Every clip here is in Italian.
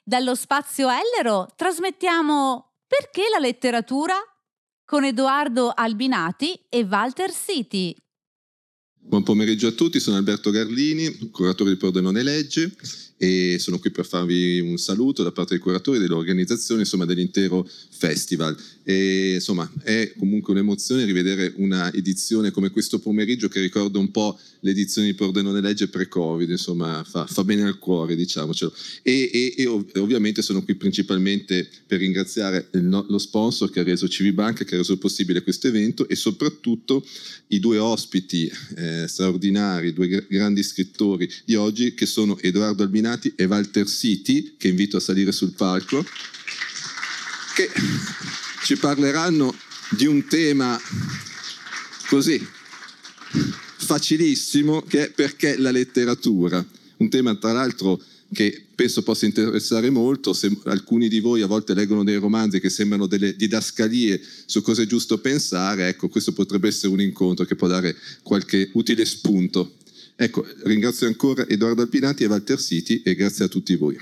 Dallo Spazio Ellero trasmettiamo Perché la letteratura? Con Edoardo Albinati e Walter Siti. Buon pomeriggio a tutti, sono Alberto Garlini, curatore di Pordenone Legge, e sono qui per farvi un saluto da parte dei curatori, dell'organizzazione, insomma dell'intero festival. E insomma è comunque un'emozione rivedere una edizione come questo pomeriggio che ricorda un po' l'edizione di Pordenone Legge pre-Covid, insomma fa bene al cuore, diciamocelo. E ovviamente sono qui principalmente per ringraziare lo sponsor che ha reso CV Banca, che ha reso possibile questo evento, e soprattutto i due ospiti straordinari, due grandi scrittori di oggi, che sono Edoardo Albinati e Walter Siti, che invito a salire sul palco, che ci parleranno di un tema così facilissimo, che è perché la letteratura, un tema tra l'altro che penso possa interessare molto. Se alcuni di voi a volte leggono dei romanzi che sembrano delle didascalie su cosa è giusto pensare, ecco, questo potrebbe essere un incontro che può dare qualche utile spunto. Ecco, ringrazio ancora Edoardo Albinati e Walter Siti e grazie a tutti voi.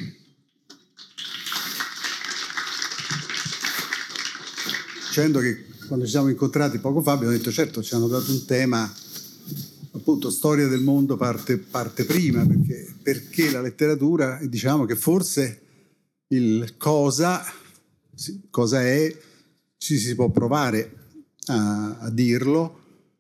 Dicendo che quando ci siamo incontrati poco fa abbiamo detto certo ci hanno dato un tema, appunto storia del mondo parte prima, perché la letteratura, e diciamo che forse il cosa è ci si può provare a dirlo,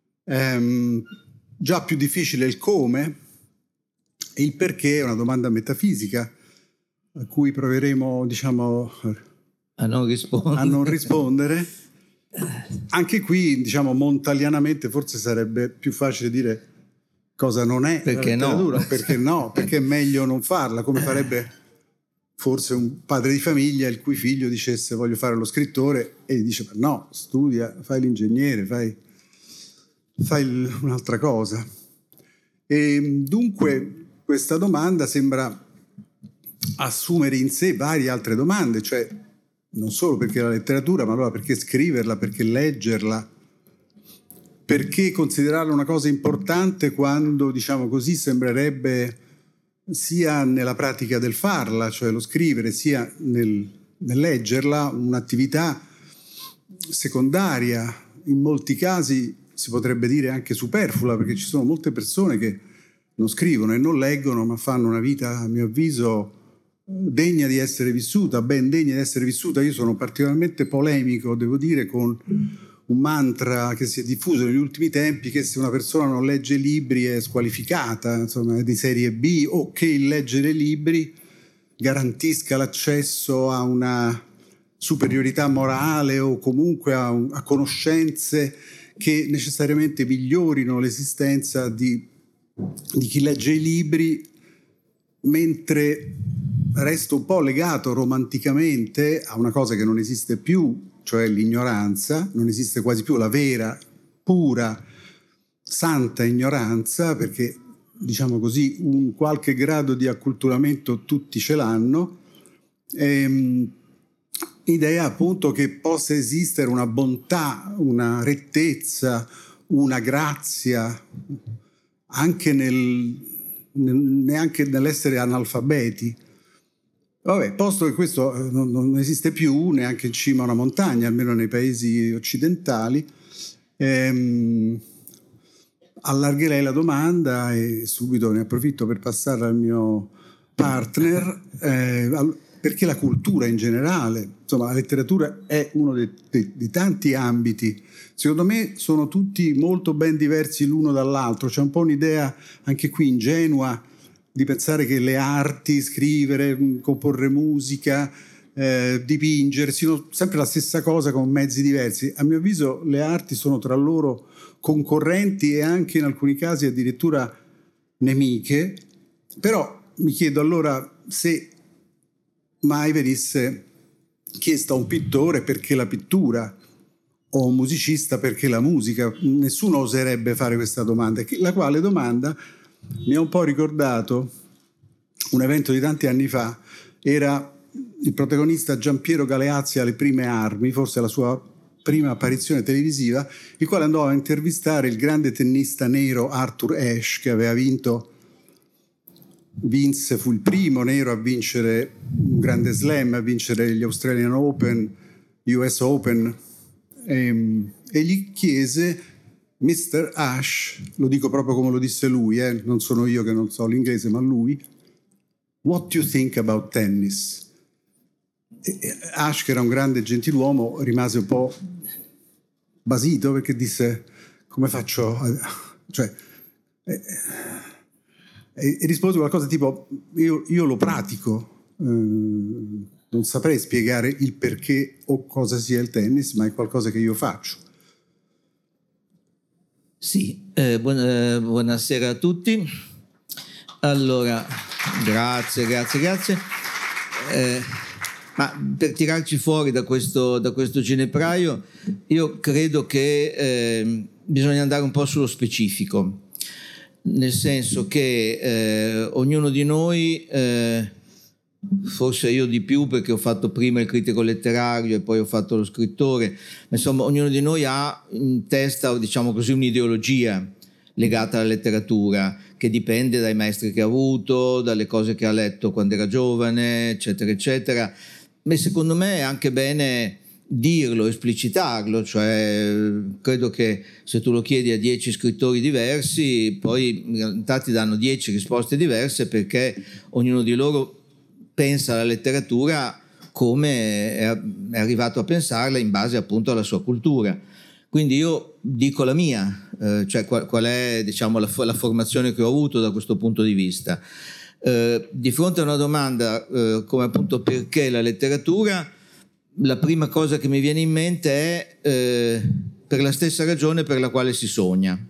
già più difficile il come, e il perché è una domanda metafisica a cui proveremo, diciamo, a non rispondere. Anche qui, diciamo, montalianamente forse sarebbe più facile dire cosa non è perché la letteratura, no? Perché no, perché è meglio non farla, come farebbe forse un padre di famiglia il cui figlio dicesse voglio fare lo scrittore e gli dice no, studia, fai l'ingegnere, fai un'altra cosa. E dunque questa domanda sembra assumere in sé varie altre domande, cioè non solo perché la letteratura, ma allora perché scriverla, perché leggerla, perché considerarla una cosa importante quando, diciamo così, sembrerebbe sia nella pratica del farla, cioè lo scrivere, sia nel leggerla, un'attività secondaria, in molti casi si potrebbe dire anche superflua, perché ci sono molte persone che non scrivono e non leggono, ma fanno una vita, a mio avviso, degna di essere vissuta, ben degna di essere vissuta. Io sono particolarmente polemico, devo dire, con un mantra che si è diffuso negli ultimi tempi, che se una persona non legge libri è squalificata, insomma è di serie B, o che il leggere libri garantisca l'accesso a una superiorità morale o comunque a conoscenze che necessariamente migliorino l'esistenza di chi legge i libri, mentre resto un po' legato romanticamente a una cosa che non esiste più, cioè l'ignoranza. Non esiste quasi più la vera, pura, santa ignoranza, perché, diciamo così, un qualche grado di acculturamento tutti ce l'hanno. Idea appunto che possa esistere una bontà, una rettezza, una grazia, anche neanche nell'essere analfabeti. Vabbè, posto che questo non esiste più neanche in cima a una montagna, almeno nei paesi occidentali, allargherei la domanda e subito ne approfitto per passare al mio partner, perché la cultura in generale, insomma la letteratura è uno dei tanti ambiti, secondo me sono tutti molto ben diversi l'uno dall'altro. C'è un po' un'idea anche qui ingenua di pensare che le arti, scrivere, comporre musica, dipingere, siano sempre la stessa cosa con mezzi diversi. A mio avviso le arti sono tra loro concorrenti e anche in alcuni casi addirittura nemiche. Però mi chiedo allora se mai venisse chiesto a un pittore perché la pittura o a un musicista perché la musica. Nessuno oserebbe fare questa domanda, la quale domanda mi ha un po' ricordato un evento di tanti anni fa. Era il protagonista Giampiero Galeazzi alle prime armi, forse la sua prima apparizione televisiva, il quale andò a intervistare il grande tennista nero Arthur Ashe, che aveva vinto fu il primo nero a vincere un grande slam, a vincere gli Australian Open, US Open, e gli chiese, Mr. Ash, lo dico proprio come lo disse lui, non sono io che non so l'inglese, ma lui, what do you think about tennis? E Ash, che era un grande gentiluomo, rimase un po' basito perché disse, come faccio cioè, e rispose qualcosa tipo, io lo pratico, non saprei spiegare il perché o cosa sia il tennis, ma è qualcosa che io faccio. Sì, buonasera a tutti. Allora, grazie. Ma per tirarci fuori da questo ginepraio, io credo che bisogna andare un po' sullo specifico, nel senso che ognuno di noi, forse io di più perché ho fatto prima il critico letterario e poi ho fatto lo scrittore, ma insomma ognuno di noi ha in testa, diciamo così, un'ideologia legata alla letteratura che dipende dai maestri che ha avuto, dalle cose che ha letto quando era giovane, eccetera eccetera. Ma secondo me è anche bene dirlo, esplicitarlo, cioè credo che se tu lo chiedi a 10 scrittori diversi, poi in realtà ti danno 10 risposte diverse, perché ognuno di loro pensa alla letteratura come è arrivato a pensarla in base appunto alla sua cultura. Quindi io dico la mia, cioè qual è, diciamo, la formazione che ho avuto da questo punto di vista. Di fronte a una domanda come appunto perché la letteratura, la prima cosa che mi viene in mente è per la stessa ragione per la quale si sogna.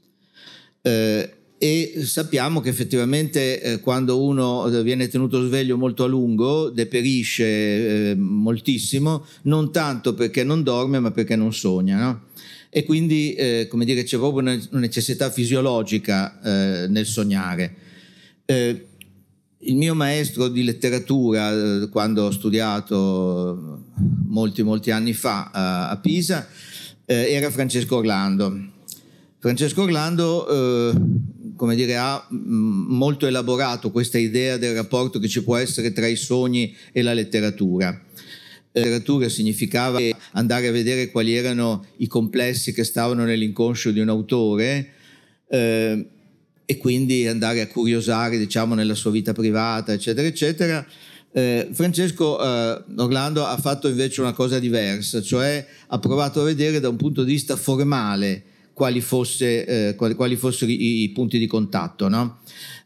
E sappiamo che effettivamente quando uno viene tenuto sveglio molto a lungo deperisce moltissimo, non tanto perché non dorme ma perché non sogna, no? E quindi come dire, c'è proprio una necessità fisiologica nel sognare. Il mio maestro di letteratura, quando ho studiato molti anni fa a Pisa, era Francesco Orlando. Francesco Orlando, come dire, ha molto elaborato questa idea del rapporto che ci può essere tra i sogni e la letteratura. La letteratura significava andare a vedere quali erano i complessi che stavano nell'inconscio di un autore, e quindi andare a curiosare, diciamo, nella sua vita privata, eccetera eccetera. Francesco Orlando ha fatto invece una cosa diversa, cioè ha provato a vedere da un punto di vista formale quali fossero i punti di contatto, no?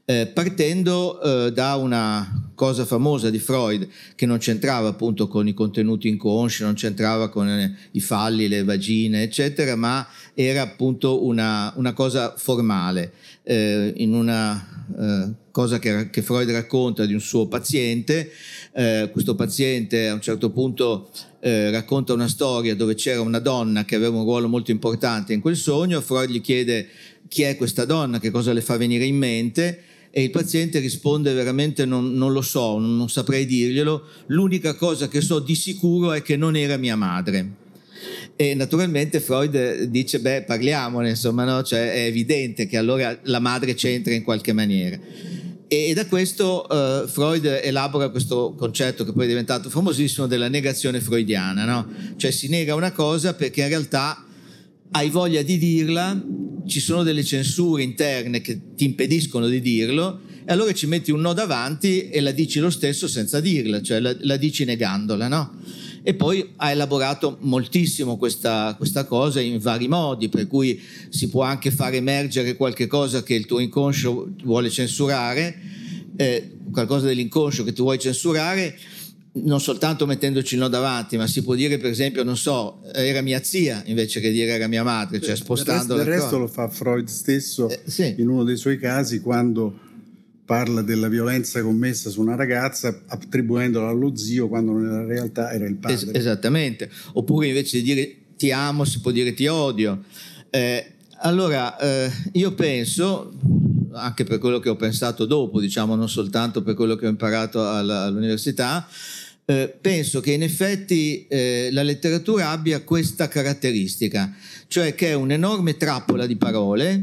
Partendo da una cosa famosa di Freud, che non c'entrava appunto con i contenuti inconsci, non c'entrava con i falli, le vagine, eccetera, ma era appunto una cosa formale, in una cosa che Freud racconta di un suo paziente. Questo paziente a un certo punto racconta una storia dove c'era una donna che aveva un ruolo molto importante in quel sogno. Freud gli chiede chi è questa donna, che cosa le fa venire in mente, e il paziente risponde veramente non lo so, non saprei dirglielo, l'unica cosa che so di sicuro è che non era mia madre. E naturalmente Freud dice parliamone, insomma, no? Cioè è evidente che allora la madre c'entra in qualche maniera. E da questo Freud elabora questo concetto che poi è diventato famosissimo della negazione freudiana, no? Cioè si nega una cosa perché in realtà hai voglia di dirla, ci sono delle censure interne che ti impediscono di dirlo, e allora ci metti un no davanti e la dici lo stesso senza dirla, cioè la dici negandola, no? E poi ha elaborato moltissimo questa cosa in vari modi, per cui si può anche far emergere qualche cosa che il tuo inconscio vuole censurare, qualcosa dell'inconscio che tu vuoi censurare, non soltanto mettendoci il no davanti, ma si può dire, per esempio, non so, era mia zia invece che dire era mia madre, cioè spostando del resto lo fa Freud stesso, sì, in uno dei suoi casi, quando parla della violenza commessa su una ragazza attribuendola allo zio quando nella realtà era il padre. Esattamente. Oppure invece di dire ti amo si può dire ti odio. Allora io penso, anche per quello che ho pensato dopo, diciamo, non soltanto per quello che ho imparato all'università, penso che in effetti la letteratura abbia questa caratteristica, cioè che è un'enorme trappola di parole.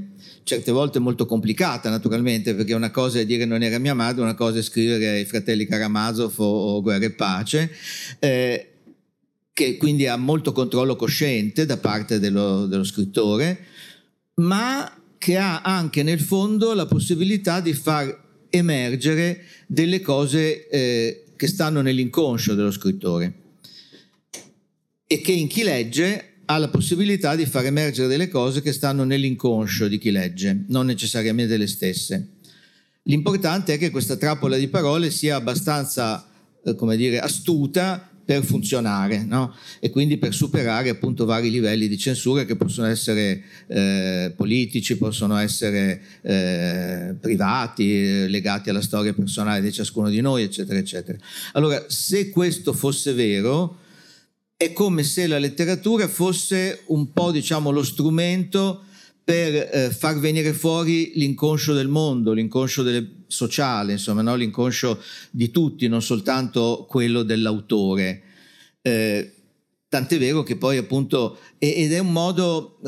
certe volte molto complicata naturalmente, perché una cosa è dire non era mia madre, una cosa è scrivere i fratelli Karamazov o Guerra e Pace, che quindi ha molto controllo cosciente da parte dello scrittore, ma che ha anche nel fondo la possibilità di far emergere delle cose che stanno nell'inconscio dello scrittore, e che in chi legge ha la possibilità di far emergere delle cose che stanno nell'inconscio di chi legge, non necessariamente le stesse. L'importante è che questa trappola di parole sia abbastanza, astuta per funzionare, no? E quindi per superare appunto vari livelli di censura che possono essere politici, possono essere privati, legati alla storia personale di ciascuno di noi, eccetera, eccetera. Allora, se questo fosse vero, è come se la letteratura fosse un po', lo strumento per far venire fuori l'inconscio del mondo, l'inconscio sociale, insomma, no? L'inconscio di tutti, non soltanto quello dell'autore. Tant'è vero che poi appunto, ed è un modo,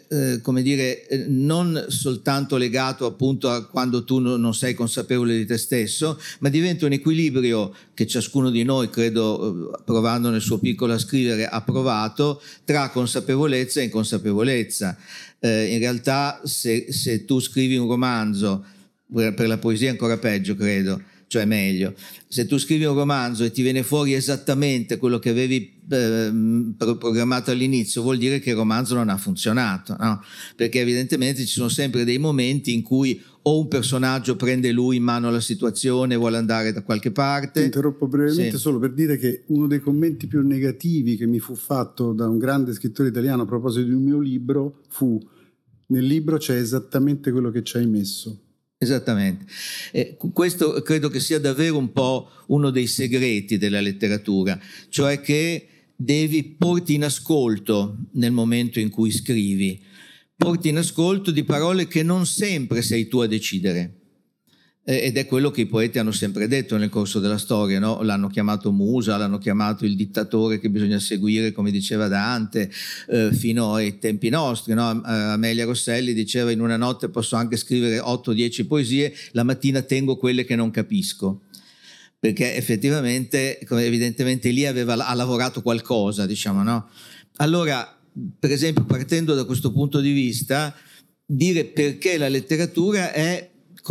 non soltanto legato appunto a quando tu non sei consapevole di te stesso, ma diventa un equilibrio che ciascuno di noi, credo, provando nel suo piccolo a scrivere, ha provato, tra consapevolezza e inconsapevolezza. In realtà se tu scrivi un romanzo, per la poesia è ancora peggio, credo, cioè meglio, se tu scrivi un romanzo e ti viene fuori esattamente quello che avevi programmato all'inizio, vuol dire che il romanzo non ha funzionato, no? Perché evidentemente ci sono sempre dei momenti in cui o un personaggio prende lui in mano la situazione, vuole andare da qualche parte. Ti interrompo brevemente, sì, solo per dire che uno dei commenti più negativi che mi fu fatto da un grande scrittore italiano a proposito di un mio libro fu: nel libro c'è esattamente quello che ci hai messo. Esattamente. Questo credo che sia davvero un po' uno dei segreti della letteratura, cioè che devi porti in ascolto nel momento in cui scrivi, porti in ascolto di parole che non sempre sei tu a decidere. Ed è quello che i poeti hanno sempre detto nel corso della storia, no? L'hanno chiamato musa, l'hanno chiamato il dittatore che bisogna seguire, come diceva Dante, fino ai tempi nostri, no? Amelia Rosselli diceva: in una notte posso anche scrivere 8-10 poesie, la mattina tengo quelle che non capisco, perché effettivamente, evidentemente lì ha lavorato qualcosa, no? Allora, per esempio, partendo da questo punto di vista, dire perché la letteratura è,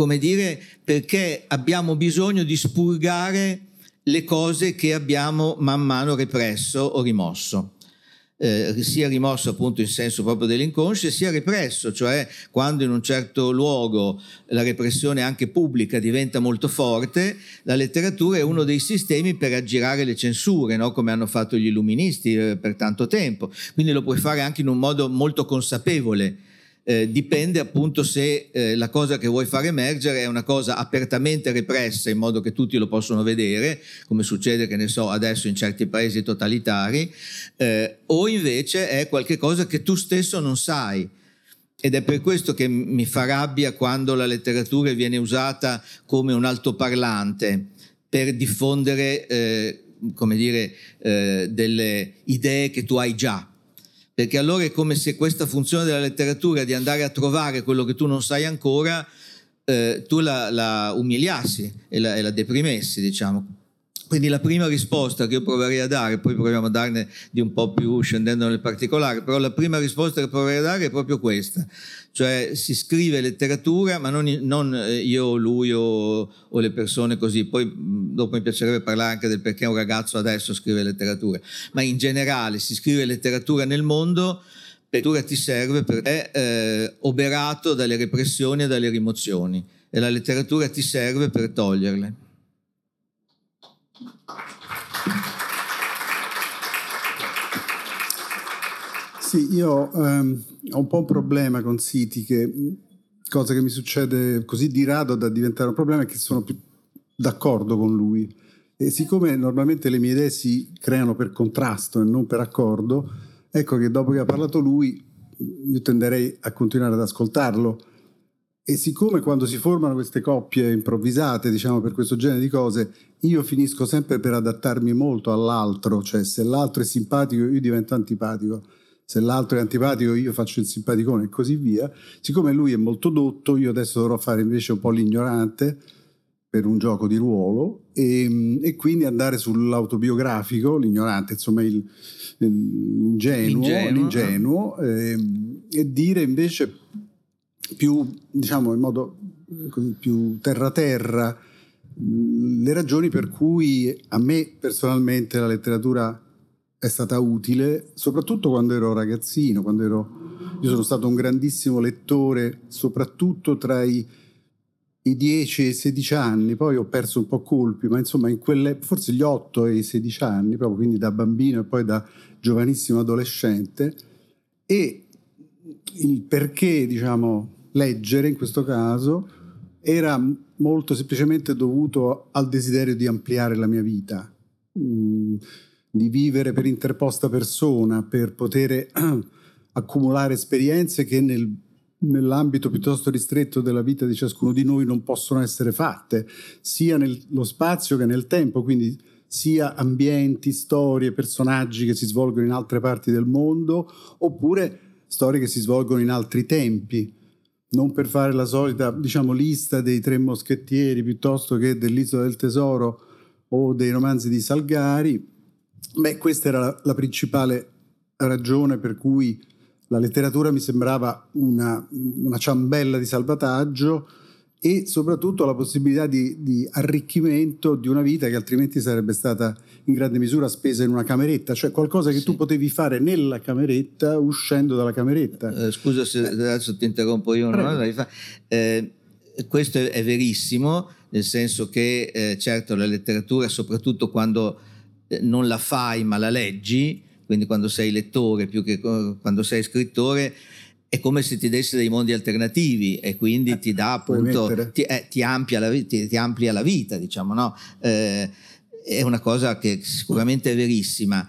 perché abbiamo bisogno di spurgare le cose che abbiamo man mano represso o rimosso, sia rimosso appunto in senso proprio dell'inconscio, sia represso, cioè quando in un certo luogo la repressione anche pubblica diventa molto forte, la letteratura è uno dei sistemi per aggirare le censure, no? Come hanno fatto gli illuministi per tanto tempo. Quindi lo puoi fare anche in un modo molto consapevole. Dipende appunto se la cosa che vuoi far emergere è una cosa apertamente repressa in modo che tutti lo possono vedere, come succede, che ne so, adesso in certi paesi totalitari, o invece è qualche cosa che tu stesso non sai. Ed è per questo che mi fa rabbia quando la letteratura viene usata come un altoparlante per diffondere delle idee che tu hai già. Perché allora è come se questa funzione della letteratura di andare a trovare quello che tu non sai ancora, tu la umiliassi e la deprimessi, diciamo. Quindi la prima risposta che io proverei a dare, poi proviamo a darne di un po' più scendendo nel particolare, però la prima risposta che proverei a dare è proprio questa, cioè si scrive letteratura, ma non io, lui o le persone così, poi dopo mi piacerebbe parlare anche del perché un ragazzo adesso scrive letteratura, ma in generale si scrive letteratura nel mondo, letteratura ti serve perché è oberato dalle repressioni e dalle rimozioni, e la letteratura ti serve per toglierle. Sì, io ho un po' un problema con siti, cosa che mi succede così di rado da diventare un problema, è che sono più d'accordo con lui, e siccome normalmente le mie idee si creano per contrasto e non per accordo, ecco che dopo che ha parlato lui io tenderei a continuare ad ascoltarlo. E siccome quando si formano queste coppie improvvisate, diciamo, per questo genere di cose, io finisco sempre per adattarmi molto all'altro, cioè se l'altro è simpatico io divento antipatico. se l'altro è antipatico io faccio il simpaticone e così via. Siccome lui è molto dotto, io adesso dovrò fare invece un po' l'ignorante per un gioco di ruolo e quindi andare sull'autobiografico, l'ignorante, insomma l'ingenuo e dire invece più, diciamo, in modo così, più terra le ragioni per cui a me personalmente la letteratura è stata utile, soprattutto quando ero ragazzino, io sono stato un grandissimo lettore, soprattutto tra i 10 e i 16 anni, poi ho perso un po' colpi, ma insomma forse gli 8 e i 16 anni, proprio, quindi da bambino e poi da giovanissimo adolescente. E il perché, diciamo, leggere in questo caso era molto semplicemente dovuto al desiderio di ampliare la mia vita, di vivere per interposta persona, per poter accumulare esperienze che nell'ambito piuttosto ristretto della vita di ciascuno di noi non possono essere fatte, sia nello spazio che nel tempo, quindi sia ambienti, storie, personaggi che si svolgono in altre parti del mondo, oppure storie che si svolgono in altri tempi. Non per fare la solita, diciamo, lista dei Tre Moschettieri piuttosto che dell'Isola del Tesoro o dei romanzi di Salgari. Questa era la principale ragione per cui la letteratura mi sembrava una ciambella di salvataggio e soprattutto la possibilità di arricchimento di una vita che altrimenti sarebbe stata in grande misura spesa in una cameretta, cioè qualcosa che tu potevi fare nella cameretta uscendo dalla cameretta. Scusa se adesso ti interrompo io, questo è verissimo, nel senso che certo la letteratura, soprattutto quando non la fai ma la leggi, quindi quando sei lettore più che quando sei scrittore, è come se ti desse dei mondi alternativi e quindi ti dà appunto ti amplia la vita, diciamo, no? È una cosa che sicuramente è verissima.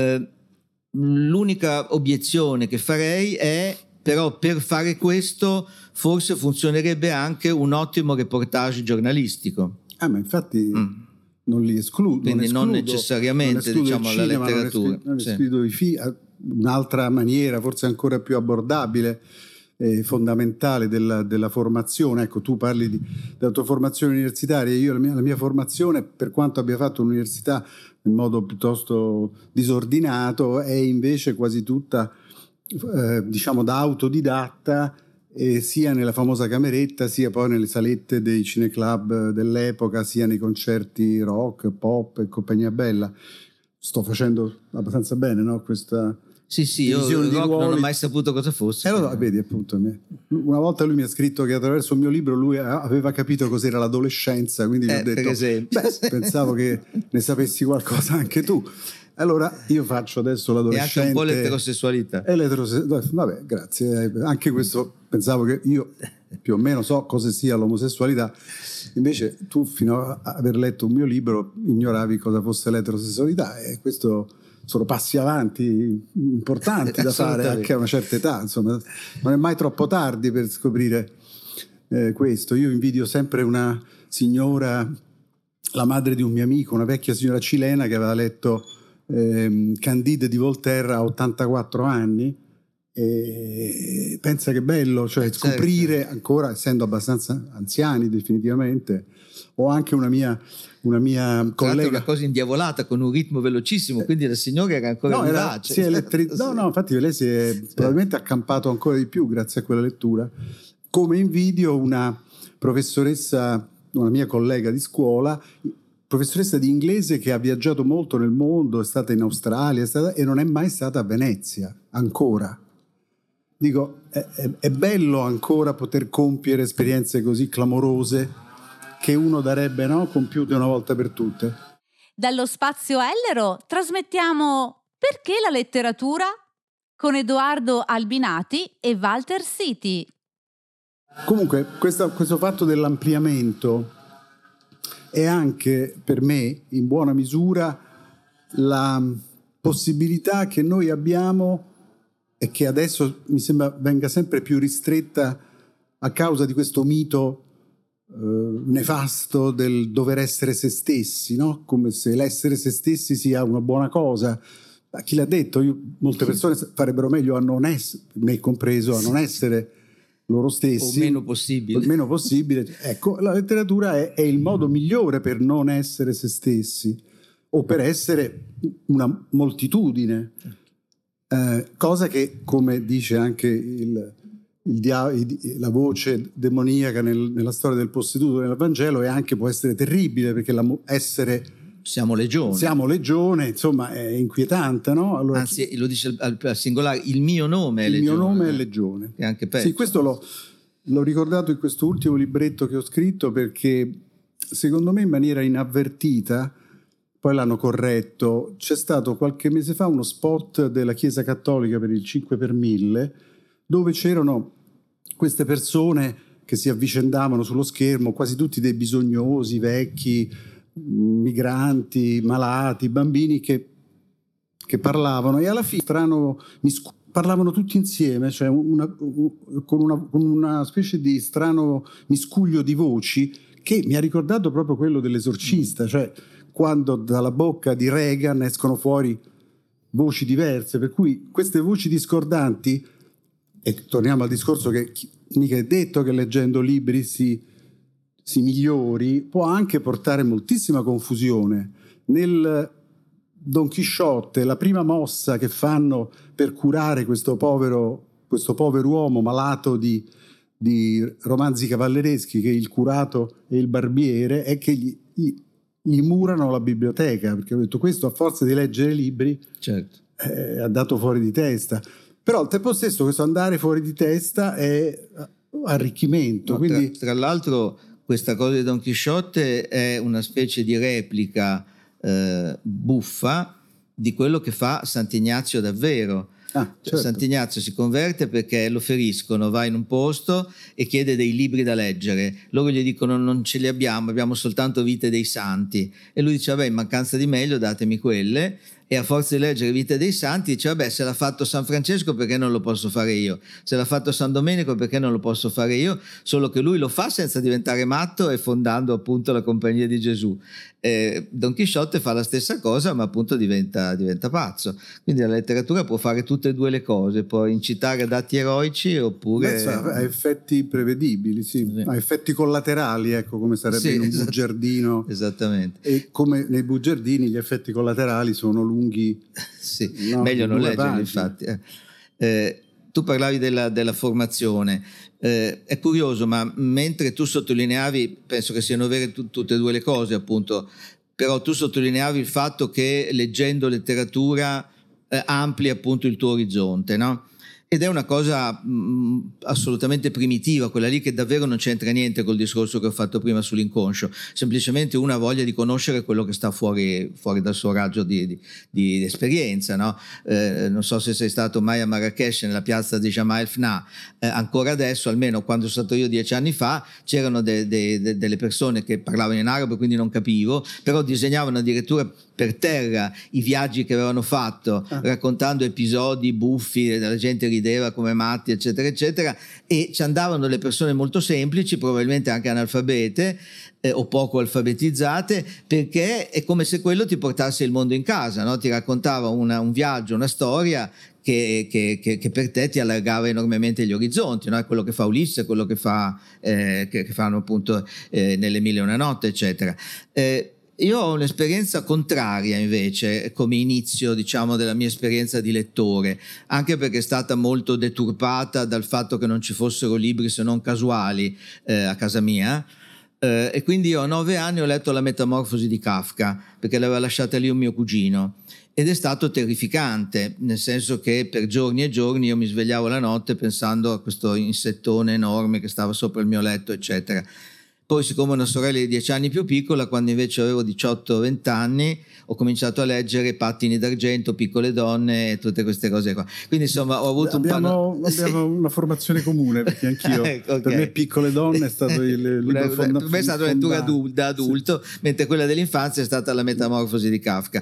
L'unica obiezione che farei è però per fare questo forse funzionerebbe anche un ottimo reportage giornalistico. Ma infatti non li escludo. Quindi non necessariamente diciamo la letteratura. Non escludo i film. Un'altra maniera, forse ancora più abbordabile, fondamentale della formazione. Ecco, tu parli della tua formazione universitaria. Io la mia formazione, per quanto abbia fatto l'università in modo piuttosto disordinato, è invece quasi tutta diciamo da autodidatta, sia nella famosa cameretta, sia poi nelle salette dei cineclub dell'epoca, sia nei concerti rock, pop e compagnia bella. Sto facendo abbastanza bene, no? Questa sì, io rock non ho mai saputo cosa fosse. Vedi, appunto, una volta lui mi ha scritto che attraverso il mio libro lui aveva capito cos'era l'adolescenza, quindi gli ho detto, per esempio. Pensavo che ne sapessi qualcosa anche tu. Allora io faccio adesso l'adolescente. E anche un po' l'eterosessualità. Vabbè, grazie. Anche questo pensavo che io più o meno so cosa sia l'omosessualità. Invece tu, fino a aver letto un mio libro, ignoravi cosa fosse l'eterosessualità, e questo sono passi avanti importanti da fare anche a una certa età. Insomma, non è mai troppo tardi per scoprire questo. Io invidio sempre una signora, la madre di un mio amico, una vecchia signora cilena che aveva letto Candide di Voltaire a 84 anni, e pensa che bello, cioè scoprire ancora, essendo abbastanza anziani definitivamente. O anche una mia collega, una cosa indiavolata con un ritmo velocissimo, quindi la signora era ancora vivace. Infatti lei si è probabilmente accampato ancora di più grazie a quella lettura. Come invidio una professoressa, una mia collega di scuola, professoressa di inglese, che ha viaggiato molto nel mondo, è stata in Australia, e non è mai stata a Venezia ancora. Dico, è bello ancora poter compiere esperienze così clamorose che uno darebbe, no, compiute una volta per tutte. Dallo Spazio Ellero trasmettiamo Perché la letteratura? Con Edoardo Albinati e Walter Siti. Comunque questo fatto dell'ampliamento è anche per me in buona misura la possibilità che noi abbiamo, e che adesso mi sembra venga sempre più ristretta a causa di questo mito nefasto del dover essere se stessi, no? Come se l'essere se stessi sia una buona cosa. chi l'ha detto? Molte persone farebbero meglio a non essere, me compreso, a non essere loro stessi. O meno possibile. Il meno possibile. Ecco, la letteratura è il modo migliore per non essere se stessi o per essere una moltitudine. Cosa che, come dice anche la voce demoniaca nella storia del posseduto nel Vangelo, può essere terribile, perché essere... Siamo legione, insomma, è inquietante, no? Allora, anzi, lo dice al singolare, il mio nome è legione. Il mio nome è legione. È anche peggio. Sì, questo l'ho ricordato in questo ultimo libretto che ho scritto, perché secondo me in maniera inavvertita, poi l'hanno corretto, c'è stato qualche mese fa uno spot della Chiesa Cattolica per il 5 per 1000, dove c'erano queste persone che si avvicendavano sullo schermo, quasi tutti dei bisognosi, vecchi, migranti, malati, bambini che parlavano, e alla fine parlavano tutti insieme, cioè con una specie di strano miscuglio di voci che mi ha ricordato proprio quello dell'Esorcista, cioè quando dalla bocca di Reagan escono fuori voci diverse, per cui queste voci discordanti, e torniamo al discorso che mica è detto che leggendo libri si migliori, può anche portare moltissima confusione. Nel Don Chisciotte, la prima mossa che fanno per curare questo povero uomo malato di romanzi cavallereschi, che è il curato e il barbiere, è che gli murano la biblioteca, perché ho detto questo a forza di leggere libri, certo, è andato fuori di testa. Però al tempo stesso questo andare fuori di testa è arricchimento. No, quindi... tra l'altro questa cosa di Don Chisciotte è una specie di replica buffa di quello che fa Sant'Ignazio davvero. Certo. Sant'Ignazio si converte perché lo feriscono, va in un posto e chiede dei libri da leggere. Loro gli dicono non ce li abbiamo soltanto Vite dei Santi, e lui dice vabbè, in mancanza di meglio datemi quelle, e a forza di leggere Vite dei Santi dice vabbè, se l'ha fatto San Francesco perché non lo posso fare io, se l'ha fatto San Domenico perché non lo posso fare io, solo che lui lo fa senza diventare matto e fondando appunto la Compagnia di Gesù. Don Chisciotte fa la stessa cosa, ma appunto diventa pazzo. Quindi la letteratura può fare tutte e due le cose, può incitare dati eroici oppure ha effetti prevedibili, sì. Ha effetti collaterali, ecco, come sarebbe in un bugiardino. Esattamente. E come nei bugiardini gli effetti collaterali sono lunghi. Sì, no, meglio non leggerli, infatti. Tu parlavi della formazione. È curioso, ma mentre tu sottolineavi, penso che siano vere tutte e due le cose, appunto, però tu sottolineavi il fatto che leggendo letteratura ampli appunto il tuo orizzonte, no? Ed è una cosa assolutamente primitiva, quella lì, che davvero non c'entra niente col discorso che ho fatto prima sull'inconscio, semplicemente una voglia di conoscere quello che sta fuori dal suo raggio di esperienza, no? Non so se sei stato mai a Marrakech, nella piazza di Jemaa el Fna, ancora adesso, almeno quando sono stato io 10 anni fa, c'erano delle persone che parlavano in arabo, quindi non capivo, però disegnavano addirittura per terra i viaggi che avevano fatto, raccontando episodi buffi, la gente rideva come matti, eccetera eccetera, e ci andavano le persone molto semplici, probabilmente anche analfabete o poco alfabetizzate, perché è come se quello ti portasse il mondo in casa, no? Ti raccontava un viaggio, una storia che per te ti allargava enormemente gli orizzonti, no? È quello che fa Ulisse, quello che fanno appunto nelle Mille e una notte, eccetera. Io ho un'esperienza contraria invece come inizio, diciamo, della mia esperienza di lettore, anche perché è stata molto deturpata dal fatto che non ci fossero libri se non casuali a casa mia, e quindi io a 9 anni ho letto La Metamorfosi di Kafka, perché l'aveva lasciata lì un mio cugino, ed è stato terrificante, nel senso che per giorni e giorni io mi svegliavo la notte pensando a questo insettone enorme che stava sopra il mio letto, eccetera. Poi, siccome una sorella di 10 anni più piccola, quando invece avevo 18-20 anni, ho cominciato a leggere Pattini d'argento, Piccole donne e tutte queste cose qua. Quindi insomma ho avuto abbiamo una formazione comune, perché anch'io okay. Per me Piccole donne è stato il libro fondamentale. Per me è stata una lettura da adulto, sì. Mentre quella dell'infanzia è stata La Metamorfosi di Kafka.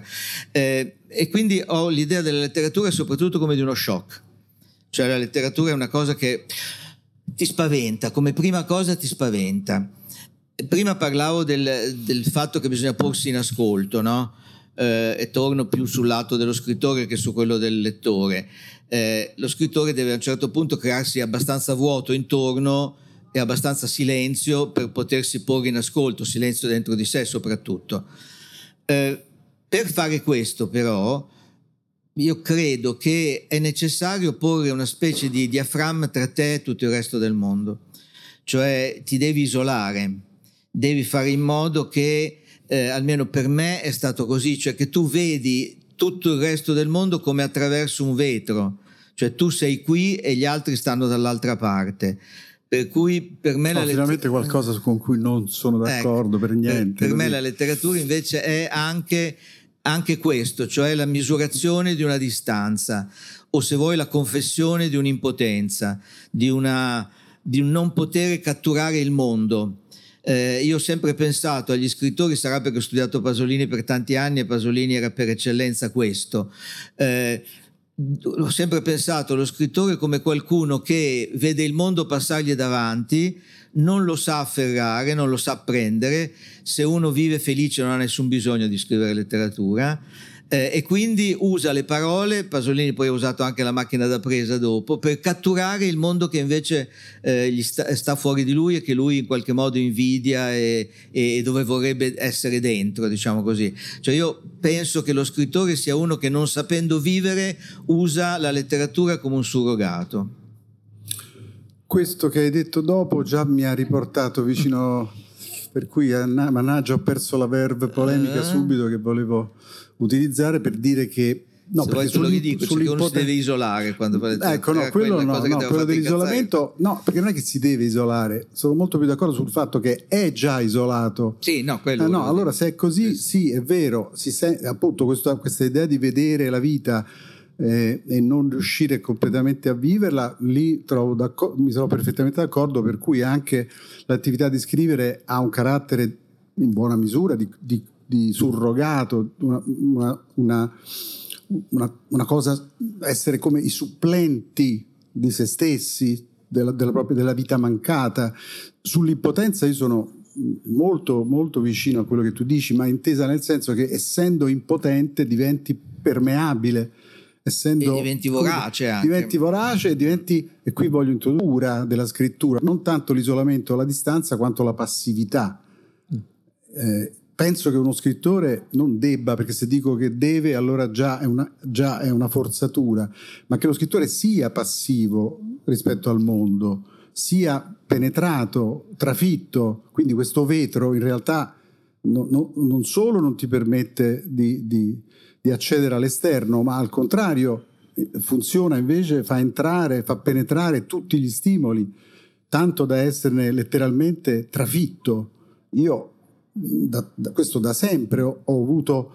E quindi ho l'idea della letteratura soprattutto come di uno shock. Cioè la letteratura è una cosa che ti spaventa, come prima cosa ti spaventa. Prima parlavo del fatto che bisogna porsi in ascolto, no? e torno più sul lato dello scrittore che su quello del lettore. Lo scrittore deve a un certo punto crearsi abbastanza vuoto intorno e abbastanza silenzio per potersi porre in ascolto, silenzio dentro di sé soprattutto. Per fare questo però io credo che è necessario porre una specie di diaframma tra te e tutto il resto del mondo, cioè ti devi isolare, devi fare in modo che, almeno per me è stato così, cioè che tu vedi tutto il resto del mondo come attraverso un vetro, cioè tu sei qui e gli altri stanno dall'altra parte. Per cui per me finalmente qualcosa con cui non sono d'accordo per niente. Per me la letteratura invece è anche questo, cioè la misurazione di una distanza, o se vuoi la confessione di un'impotenza, di un non poter catturare il mondo. Io ho sempre pensato agli scrittori, sarà perché ho studiato Pasolini per tanti anni e Pasolini era per eccellenza questo. Ho sempre pensato allo scrittore come qualcuno che vede il mondo passargli davanti, non lo sa afferrare, non lo sa prendere. Se uno vive felice non ha nessun bisogno di scrivere letteratura, e quindi usa le parole. Pasolini poi ha usato anche la macchina da presa dopo per catturare il mondo che invece gli sta fuori di lui e che lui in qualche modo invidia e dove vorrebbe essere dentro, diciamo così. Cioè io penso che lo scrittore sia uno che, non sapendo vivere, usa la letteratura come un surrogato. Questo che hai detto dopo già mi ha riportato vicino, per cui mannaggia, ho perso la verve polemica subito che volevo utilizzare per dire che no, se vuoi te lo ridico, cioè che uno si deve isolare quando fa letteratura. Ecco, no, quello dell'isolamento no, perché non è che si deve isolare, sono molto più d'accordo sul fatto che è già isolato. Sì, no, quello no, allora se è così, sì, è vero, appunto questa idea di vedere la vita e non riuscire completamente a viverla, lì mi sono perfettamente d'accordo, per cui anche l'attività di scrivere ha un carattere in buona misura di surrogato, una cosa, essere come i supplenti di se stessi, della vita mancata. Sull'impotenza io sono molto, molto vicino a quello che tu dici, ma intesa nel senso che essendo impotente diventi permeabile, e diventi vorace anche. Diventi vorace e qui voglio introdurre della scrittura, non tanto l'isolamento o la distanza quanto la passività. Penso che uno scrittore non debba, perché se dico che deve allora già è una forzatura, ma che lo scrittore sia passivo rispetto al mondo, sia penetrato, trafitto, quindi questo vetro in realtà non solo non ti permette di accedere all'esterno, ma al contrario funziona invece, fa penetrare tutti gli stimoli, tanto da esserne letteralmente trafitto. Io questo da sempre ho avuto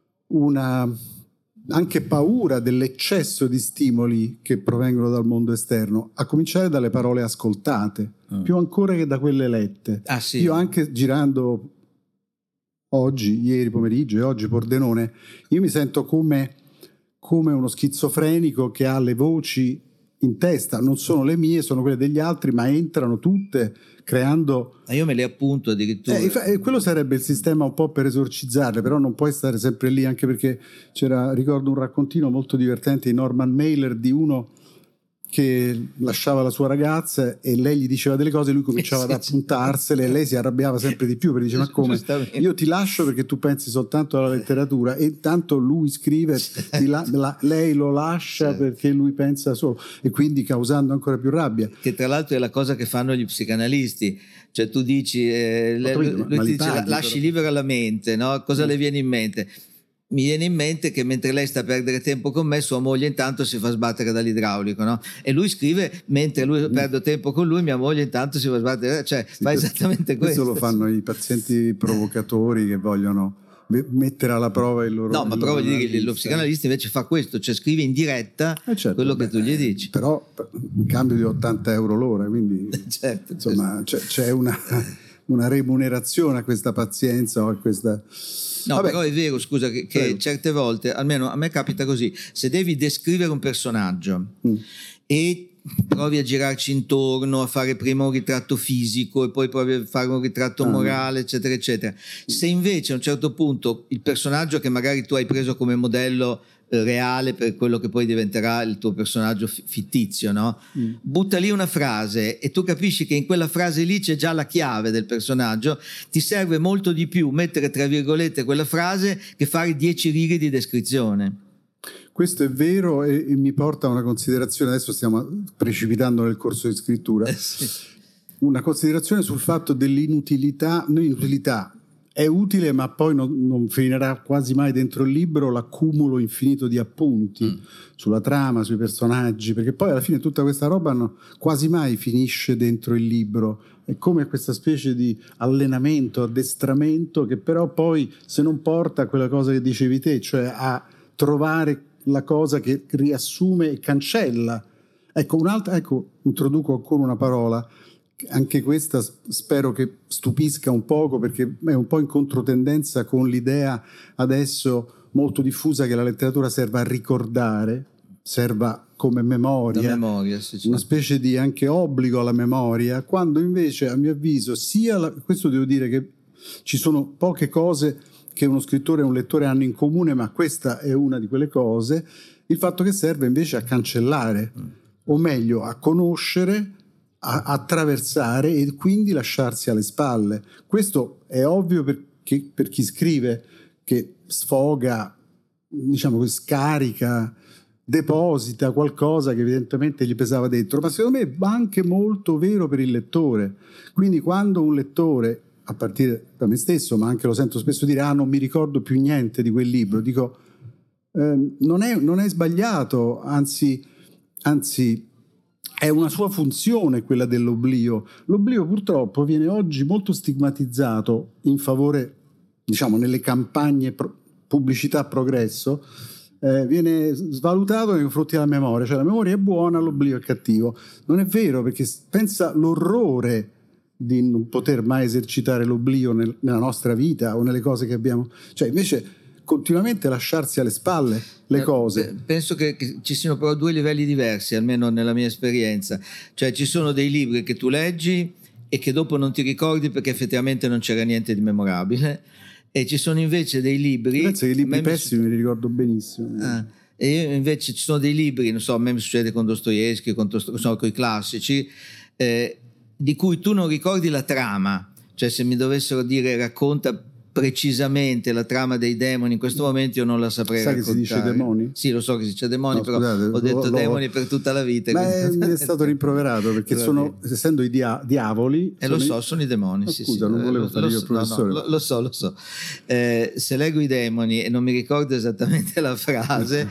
anche paura dell'eccesso di stimoli che provengono dal mondo esterno, a cominciare dalle parole ascoltate, più ancora che da quelle lette. Sì. Io anche girando ieri pomeriggio e oggi Pordenone, io mi sento come uno schizofrenico che ha le voci in testa, non sono le mie, sono quelle degli altri, ma entrano tutte creando. Io me le appunto addirittura. Quello sarebbe il sistema un po' per esorcizzarle, però non puoi stare sempre lì, anche perché ricordo un raccontino molto divertente di Norman Mailer di uno che lasciava la sua ragazza e lei gli diceva delle cose, lui cominciava ad appuntarsele e lei si arrabbiava sempre di più, perché diceva: ma come? Io ti lascio perché tu pensi soltanto alla letteratura, e intanto lui scrive, lei lo lascia perché lui pensa solo, e quindi causando ancora più rabbia. Che tra l'altro è la cosa che fanno gli psicanalisti, cioè tu dici lui ti dice lasci libera la mente, no? Cosa le viene in mente? Mi viene in mente che mentre lei sta a perdere tempo con me, sua moglie intanto si fa sbattere dall'idraulico, no? E lui scrive: mentre lui perdo tempo con lui, mia moglie intanto si fa sbattere, cioè fa esattamente questo. Questo lo fanno i pazienti provocatori che vogliono mettere alla prova il loro. No, ma però voglio dire che lo psicanalista invece fa questo, cioè scrive in diretta quello che tu gli dici. Però in cambio di 80 euro l'ora, quindi certo, insomma c'è una remunerazione a questa pazienza o a questa. No, vabbè. Però è vero, scusa, che certe volte, almeno a me capita così, se devi descrivere un personaggio e provi a girarci intorno, a fare prima un ritratto fisico e poi provi a fare un ritratto morale, eccetera, eccetera. Se invece a un certo punto il personaggio che magari tu hai preso come modello reale per quello che poi diventerà il tuo personaggio fittizio, no? Butta lì una frase e tu capisci che in quella frase lì c'è già la chiave del personaggio, ti serve molto di più mettere tra virgolette quella frase che fare 10 righe di descrizione. Questo è vero e mi porta a una considerazione, adesso stiamo precipitando nel corso di scrittura, Sì. una considerazione sul fatto dell'inutilità. L'inutilità è utile, ma poi non finirà quasi mai dentro il libro l'accumulo infinito di appunti sulla trama, sui personaggi, perché poi alla fine tutta questa roba quasi mai finisce dentro il libro. È come questa specie di allenamento, addestramento, che però poi se non porta a quella cosa che dicevi te, cioè a trovare la cosa che riassume e cancella. Ecco, introduco ancora una parola. Anche questa spero che stupisca un poco, perché è un po' in controtendenza con l'idea adesso molto diffusa che la letteratura serva a ricordare, serva come memoria, una specie di anche obbligo alla memoria, quando invece a mio avviso questo devo dire che ci sono poche cose che uno scrittore e un lettore hanno in comune, ma questa è una di quelle cose, il fatto che serve invece a cancellare, o meglio a conoscere, a attraversare e quindi lasciarsi alle spalle. Questo è ovvio perché per chi scrive, che sfoga, diciamo che scarica, deposita qualcosa che evidentemente gli pesava dentro, ma secondo me è anche molto vero per il lettore. Quindi quando un lettore, a partire da me stesso, ma anche lo sento spesso dire non mi ricordo più niente di quel libro, dico non è sbagliato, anzi è una sua funzione quella dell'oblio. L'oblio purtroppo viene oggi molto stigmatizzato in favore, diciamo, nelle campagne pubblicità progresso, viene svalutato nei confronti della memoria, cioè la memoria è buona, l'oblio è cattivo. Non è vero, perché pensa l'orrore di non poter mai esercitare l'oblio nella nostra vita o nelle cose che abbiamo, cioè invece continuamente lasciarsi alle spalle le cose. Penso che ci siano però due livelli diversi, almeno nella mia esperienza. Cioè ci sono dei libri che tu leggi e che dopo non ti ricordi perché effettivamente non c'era niente di memorabile, e ci sono invece dei libri... Penso che i libri pessimi me li ricordo benissimo. E io invece ci sono dei libri, non so, a me mi succede con Dostoevskij, con i classici, di cui tu non ricordi la trama. Cioè se mi dovessero dire racconta precisamente la trama dei demoni in questo momento, io non la saprei raccontare. Sai che si dice demoni? Sì, lo so che si dice demoni, no, però scusate, ho detto demoni per tutta la vita. Ma mi è stato rimproverato perché essendo i diavoli... sono i demoni. No, sì, sì, non volevo fare io il professore. No, lo so. Se leggo i demoni e non mi ricordo esattamente la frase,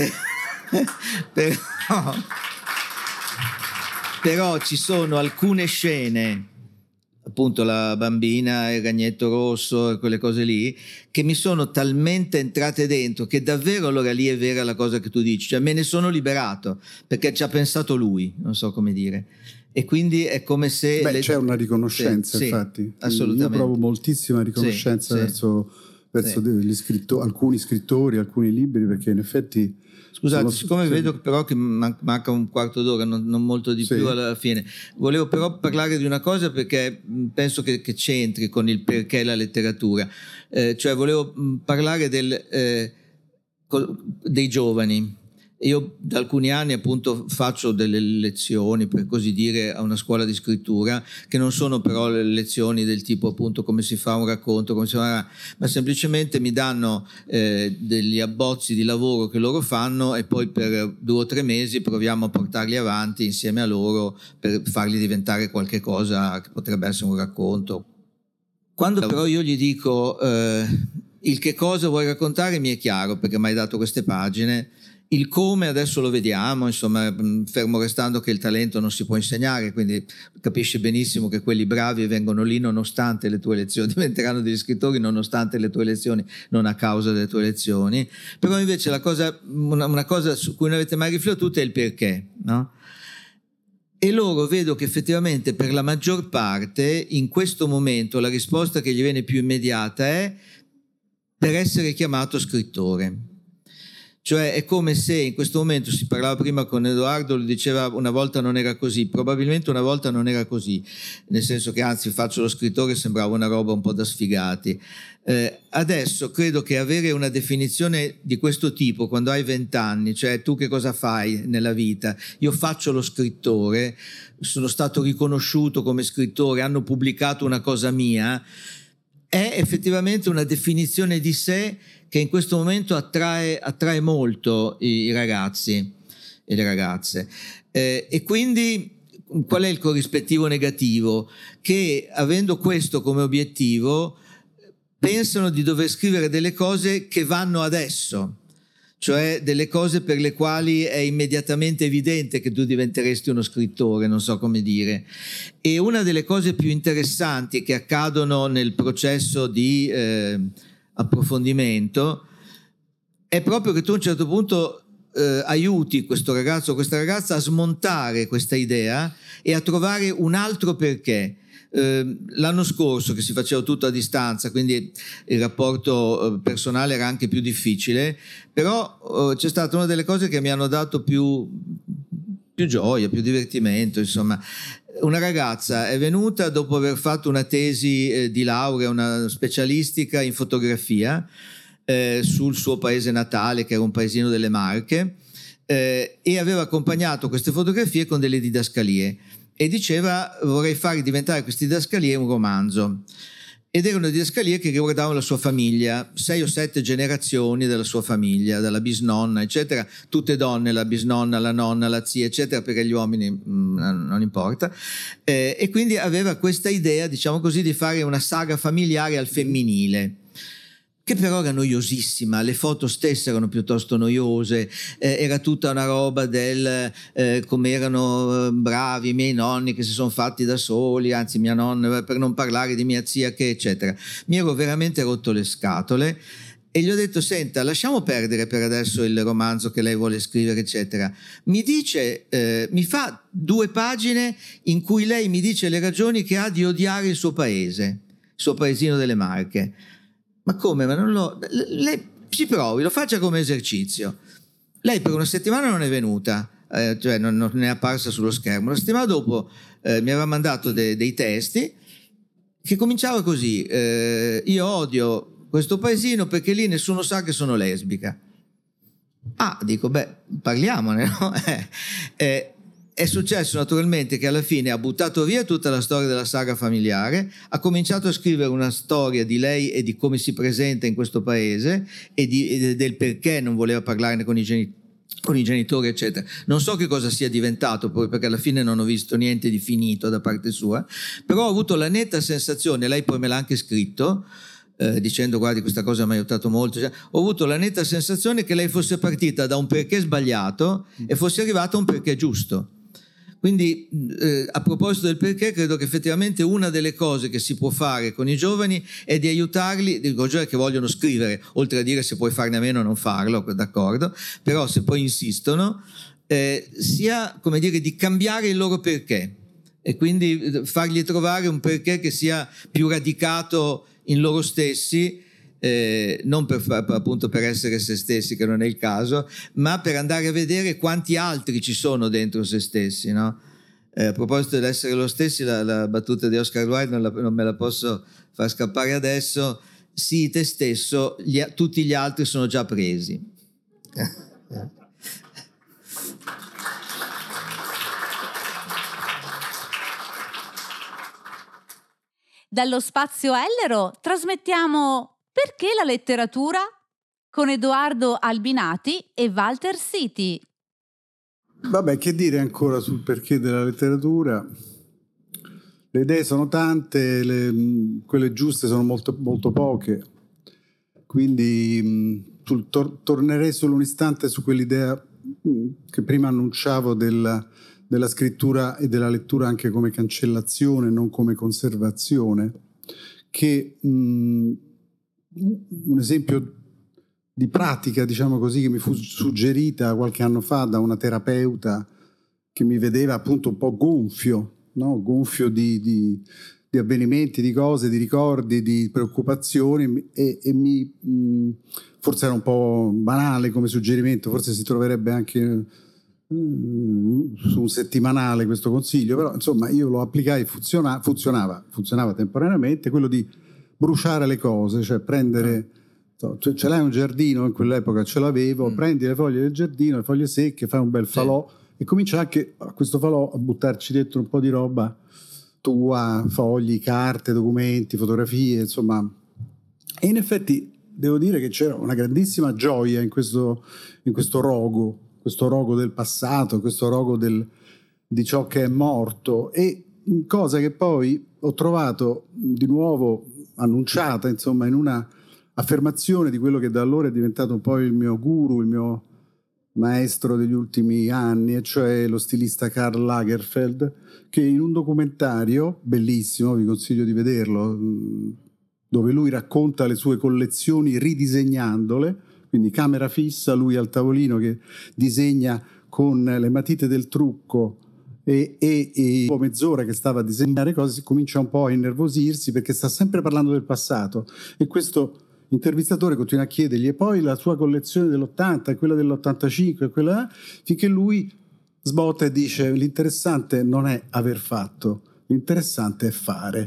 però ci sono alcune scene, appunto la bambina, il ragnetto rosso e quelle cose lì, che mi sono talmente entrate dentro che davvero allora lì è vera la cosa che tu dici, cioè me ne sono liberato perché ci ha pensato lui, non so come dire, e quindi è come se... c'è una riconoscenza, sì, infatti. Assolutamente. Io provo moltissima riconoscenza verso alcuni scrittori, alcuni libri, perché in effetti... Scusate, siccome vedo però che manca un quarto d'ora, non molto di più alla fine, volevo però parlare di una cosa perché penso che c'entri con il perché la letteratura, cioè volevo parlare dei giovani. Io da alcuni anni appunto faccio delle lezioni, per così dire, a una scuola di scrittura, che non sono però le lezioni del tipo appunto come si fa un racconto, ma semplicemente mi danno degli abbozzi di lavoro che loro fanno e poi per 2 o 3 mesi proviamo a portarli avanti insieme a loro per farli diventare qualche cosa che potrebbe essere un racconto. Quando però io gli dico il che cosa vuoi raccontare mi è chiaro perché mi hai dato queste pagine. Il come adesso lo vediamo, insomma, fermo restando che il talento non si può insegnare, quindi capisci benissimo che quelli bravi vengono lì nonostante le tue lezioni, diventeranno degli scrittori nonostante le tue lezioni, non a causa delle tue lezioni. Però invece una cosa su cui non avete mai riflettuto è il perché, no? E loro vedo che effettivamente per la maggior parte in questo momento la risposta che gli viene più immediata è per essere chiamato scrittore. Cioè è come se in questo momento, si parlava prima con Edoardo, lo diceva una volta non era così, probabilmente una volta non era così, nel senso che anzi faccio lo scrittore sembrava una roba un po' da sfigati. Adesso credo che avere una definizione di questo tipo quando hai 20 anni, cioè tu che cosa fai nella vita? Io faccio lo scrittore, sono stato riconosciuto come scrittore, hanno pubblicato una cosa mia, è effettivamente una definizione di sé che in questo momento attrae molto i ragazzi e le ragazze. E quindi qual è il corrispettivo negativo? Che avendo questo come obiettivo pensano di dover scrivere delle cose che vanno adesso, cioè delle cose per le quali è immediatamente evidente che tu diventeresti uno scrittore, non so come dire. E una delle cose più interessanti che accadono nel processo di approfondimento è proprio che tu a un certo punto aiuti questo ragazzo o questa ragazza a smontare questa idea e a trovare un altro perché. L'anno scorso, che si faceva tutto a distanza, quindi il rapporto personale era anche più difficile, però c'è stata una delle cose che mi hanno dato più gioia, più divertimento, insomma. Una ragazza è venuta dopo aver fatto una tesi di laurea, una specialistica in fotografia sul suo paese natale, che era un paesino delle Marche, e aveva accompagnato queste fotografie con delle didascalie e diceva: vorrei fare diventare queste didascalie un romanzo. Ed erano didascalie che riguardavano la sua famiglia, 6 o 7 generazioni della sua famiglia, dalla bisnonna, eccetera, tutte donne, la bisnonna, la nonna, la zia, eccetera, perché gli uomini non importa. E quindi aveva questa idea, diciamo così, di fare una saga familiare al femminile, che però era noiosissima, le foto stesse erano piuttosto noiose, era tutta una roba del come erano bravi i miei nonni che si sono fatti da soli, anzi mia nonna, per non parlare di mia zia che eccetera. Mi ero veramente rotto le scatole e gli ho detto: senta, lasciamo perdere per adesso il romanzo che lei vuole scrivere eccetera, mi dice, mi fa 2 pagine in cui lei mi dice le ragioni che ha di odiare il suo paese, il suo paesino delle Marche. Ma come? Ma non lo... Lei ci provi, lo faccia come esercizio. Lei per una settimana non è venuta, cioè non è apparsa sullo schermo. La settimana dopo mi aveva mandato dei testi che cominciava così: io odio questo paesino perché lì nessuno sa che sono lesbica. Ah, dico, beh, parliamone, no? È successo naturalmente che alla fine ha buttato via tutta la storia della saga familiare, ha cominciato a scrivere una storia di lei e di come si presenta in questo paese e del perché non voleva parlarne con i genitori eccetera. Non so che cosa sia diventato poi, perché alla fine non ho visto niente di finito da parte sua, però ho avuto la netta sensazione, lei poi me l'ha anche scritto, dicendo: guardi, questa cosa mi ha aiutato molto, cioè, ho avuto la netta sensazione che lei fosse partita da un perché sbagliato e fosse arrivata a un perché giusto. Quindi a proposito del perché, credo che effettivamente una delle cose che si può fare con i giovani è di aiutarli, dico giovani che vogliono scrivere, oltre a dire se puoi farne a meno non farlo, d'accordo, però se poi insistono, sia, come dire, di cambiare il loro perché e quindi fargli trovare un perché che sia più radicato in loro stessi, non appunto per essere se stessi, che non è il caso, ma per andare a vedere quanti altri ci sono dentro se stessi, no? A proposito dell'essere lo stessi, la battuta di Oscar Wilde non me la posso far scappare adesso: sii te stesso, tutti gli altri sono già presi. Dallo Spazio Ellero trasmettiamo Perché la letteratura? Con Edoardo Albinati e Walter Siti. Vabbè, che dire ancora sul perché della letteratura? Le idee sono tante, quelle giuste sono molto, molto poche, quindi tornerei solo un istante su quell'idea che prima annunciavo della scrittura e della lettura anche come cancellazione, non come conservazione, che un esempio di pratica, diciamo così, che mi fu suggerita qualche anno fa da una terapeuta che mi vedeva appunto un po' gonfio, no? Gonfio di di avvenimenti, di cose, di ricordi, di preoccupazioni e forse era un po' banale come suggerimento, forse si troverebbe anche su un settimanale questo consiglio, però insomma io lo applicai e funzionava temporaneamente, quello di bruciare le cose, cioè prendere, ce l'hai un giardino, in quell'epoca ce l'avevo, prendi le foglie del giardino, le foglie secche, fai un bel falò e comincia anche a questo falò a buttarci dentro un po' di roba tua, fogli, carte, documenti, fotografie, insomma. E in effetti devo dire che c'era una grandissima gioia in questo rogo del passato, questo rogo di ciò che è morto, e cosa che poi ho trovato di nuovo annunciata, insomma, in una affermazione di quello che da allora è diventato un po' il mio guru, il mio maestro degli ultimi anni, e cioè lo stilista Karl Lagerfeld, che in un documentario bellissimo, vi consiglio di vederlo, dove lui racconta le sue collezioni ridisegnandole, quindi camera fissa, lui al tavolino che disegna con le matite del trucco e dopo mezz'ora che stava a disegnare cose comincia un po' a innervosirsi perché sta sempre parlando del passato, e questo intervistatore continua a chiedergli e poi la sua collezione dell'80, quella dell'85, quella, finché lui sbotta e dice: l'interessante non è aver fatto, l'interessante è fare.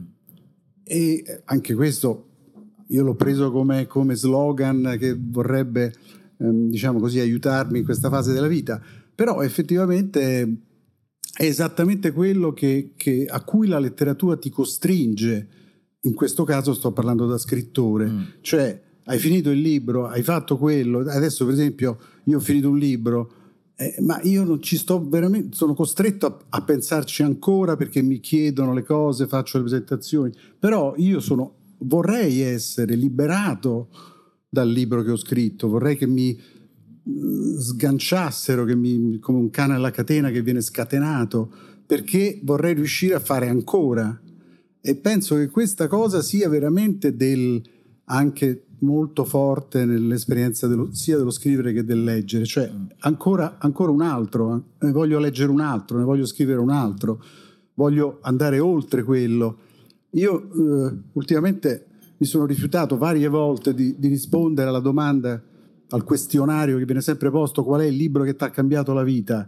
E anche questo io l'ho preso come slogan che vorrebbe diciamo così aiutarmi in questa fase della vita, però effettivamente è esattamente quello a cui la letteratura ti costringe. In questo caso sto parlando da scrittore, cioè hai finito il libro, hai fatto quello, adesso per esempio io ho finito un libro, ma io non ci sto veramente, sono costretto a pensarci ancora perché mi chiedono le cose, faccio le presentazioni, però io vorrei essere liberato dal libro che ho scritto, vorrei che mi sganciassero, come un cane alla catena che viene scatenato, perché vorrei riuscire a fare ancora. E penso che questa cosa sia veramente anche molto forte nell'esperienza sia dello scrivere che del leggere, cioè ancora un altro, ne voglio leggere un altro, ne voglio scrivere un altro, voglio andare oltre quello. Io ultimamente mi sono rifiutato varie volte di rispondere alla domanda, al questionario che viene sempre posto: qual è il libro che ti ha cambiato la vita?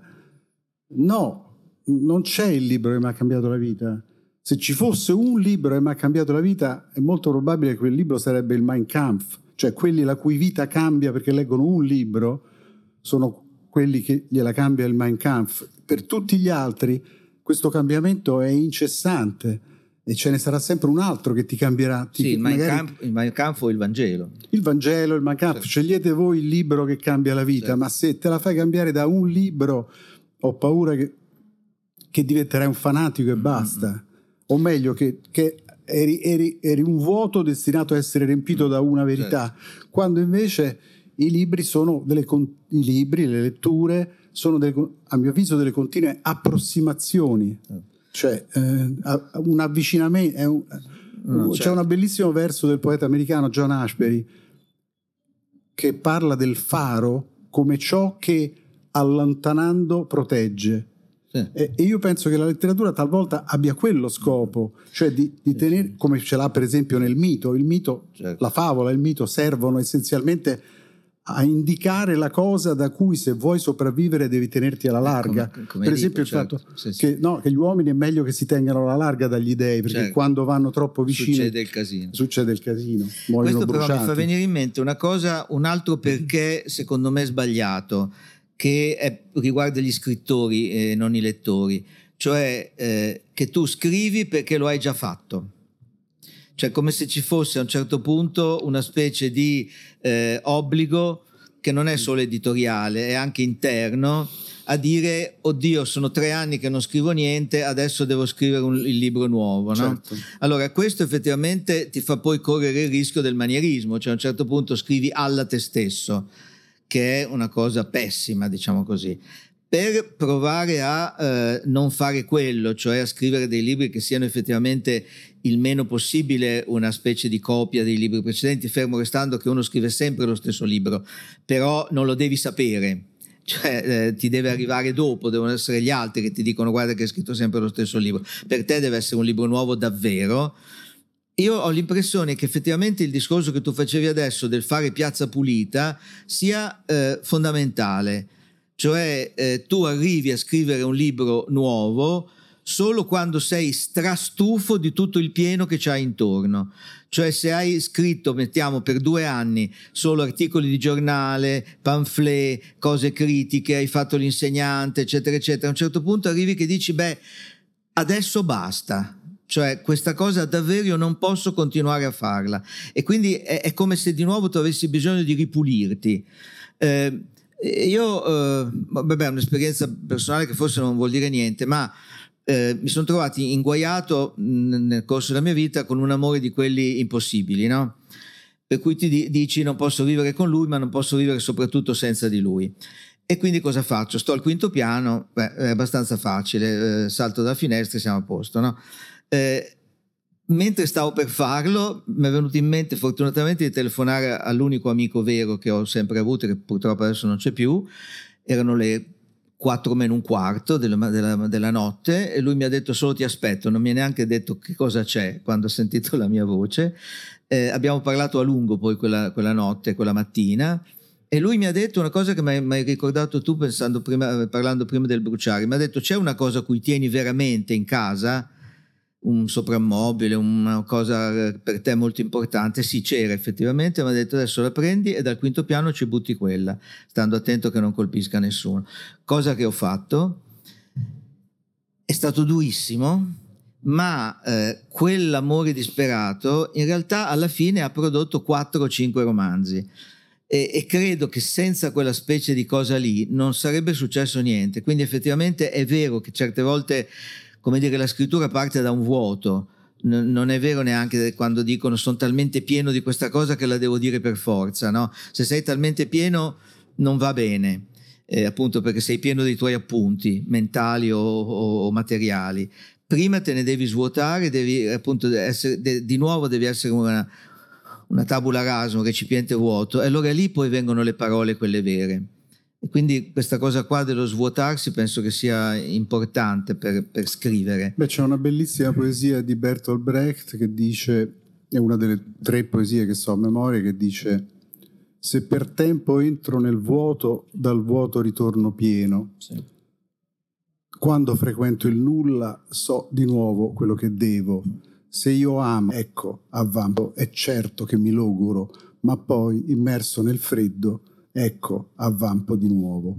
No, non c'è il libro che mi ha cambiato la vita. Se ci fosse un libro che mi ha cambiato la vita, è molto probabile che quel libro sarebbe il Mein Kampf, cioè quelli la cui vita cambia perché leggono un libro sono quelli che gliela cambia il Mein Kampf. Per tutti gli altri questo cambiamento è incessante e ce ne sarà sempre un altro che ti cambierà. Sì, il Mein Kampf o il Vangelo. Il Vangelo, il Mein Kampf, certo. Scegliete voi il libro che cambia la vita, certo. Ma se te la fai cambiare da un libro, ho paura che diventerai un fanatico e basta. O meglio, che eri un vuoto destinato a essere riempito da una verità, certo. Quando invece i libri sono le letture sono a mio avviso delle continue approssimazioni, cioè un avvicinamento. Certo. C'è un bellissimo verso del poeta americano John Ashbery che parla del faro come ciò che allontanando protegge. E io penso che la letteratura talvolta abbia quello scopo, cioè di tenere, come ce l'ha per esempio nel mito. Il mito, certo. La favola e il mito servono essenzialmente a indicare la cosa da cui, se vuoi sopravvivere, devi tenerti alla larga. Come per esempio certo. Il fatto che gli uomini è meglio che si tengano alla larga dagli dei, perché certo. Quando vanno troppo vicini succede il casino, muoiono Questo bruciati. Però mi fa venire in mente un altro perché secondo me sbagliato, che riguarda gli scrittori e non i lettori, cioè che tu scrivi perché lo hai già fatto, cioè come se ci fosse a un certo punto una specie di obbligo che non è solo editoriale, è anche interno, a dire: oddio, sono 3 anni che non scrivo niente, adesso devo scrivere il libro nuovo, no? Certo. Allora questo effettivamente ti fa poi correre il rischio del manierismo, cioè a un certo punto scrivi alla te stesso, che è una cosa pessima, diciamo così, per provare a non fare quello, cioè a scrivere dei libri che siano effettivamente il meno possibile una specie di copia dei libri precedenti, fermo restando che uno scrive sempre lo stesso libro, però non lo devi sapere. cioè ti deve arrivare dopo, devono essere gli altri che ti dicono guarda che hai scritto sempre lo stesso libro. Per te deve essere un libro nuovo davvero. Io ho l'impressione che effettivamente il discorso che tu facevi adesso del fare piazza pulita sia fondamentale, cioè tu arrivi a scrivere un libro nuovo solo quando sei strastufo di tutto il pieno che c'hai intorno. Cioè se hai scritto, mettiamo, per 2 anni solo articoli di giornale, pamphlet, cose critiche, hai fatto l'insegnante, eccetera, eccetera, a un certo punto arrivi che dici, beh, adesso basta. Cioè questa cosa davvero io non posso continuare a farla. E quindi è come se di nuovo tu avessi bisogno di ripulirti. Io, vabbè, è un'esperienza personale che forse non vuol dire niente, ma mi sono trovato inguaiato nel corso della mia vita con un amore di quelli impossibili, no? Per cui ti dici non posso vivere con lui, ma non posso vivere soprattutto senza di lui. E quindi cosa faccio? Sto al 5º piano, è abbastanza facile, salto dalla finestra e siamo a posto, no? Mentre stavo per farlo mi è venuto in mente fortunatamente di telefonare all'unico amico vero che ho sempre avuto, che purtroppo adesso non c'è più. Erano le 4:45 della notte e lui mi ha detto solo ti aspetto, non mi ha neanche detto che cosa c'è quando ha sentito la mia voce. Abbiamo parlato a lungo poi quella notte, quella mattina, e lui mi ha detto una cosa che mi hai ricordato tu parlando prima del bruciare. Mi ha detto c'è una cosa a cui tieni veramente in casa, un soprammobile, una cosa per te molto importante. Sì, c'era effettivamente, mi ha detto adesso la prendi e dal 5º piano ci butti quella, stando attento che non colpisca nessuno. Cosa che ho fatto, è stato durissimo, ma quell'amore disperato in realtà alla fine ha prodotto 4 o 5 romanzi e credo che senza quella specie di cosa lì non sarebbe successo niente. Quindi effettivamente è vero che certe volte, come dire, la scrittura parte da un vuoto. Non è vero neanche quando dicono sono talmente pieno di questa cosa che la devo dire per forza, no? Se sei talmente pieno non va bene, appunto perché sei pieno dei tuoi appunti mentali o materiali. Prima te ne devi svuotare, devi appunto di nuovo devi essere una tabula rasa, un recipiente vuoto, e allora lì poi vengono le parole, quelle vere. E quindi questa cosa qua dello svuotarsi penso che sia importante per scrivere. Beh, c'è una bellissima poesia di Bertolt Brecht che dice, è una delle 3 poesie che so a memoria, che dice: se per tempo entro nel vuoto, dal vuoto ritorno pieno. Sì. Quando frequento il nulla, so di nuovo quello che devo. Se io amo, ecco, avvampo, è certo che mi logoro, ma poi, immerso nel freddo, ecco, avvampo di nuovo.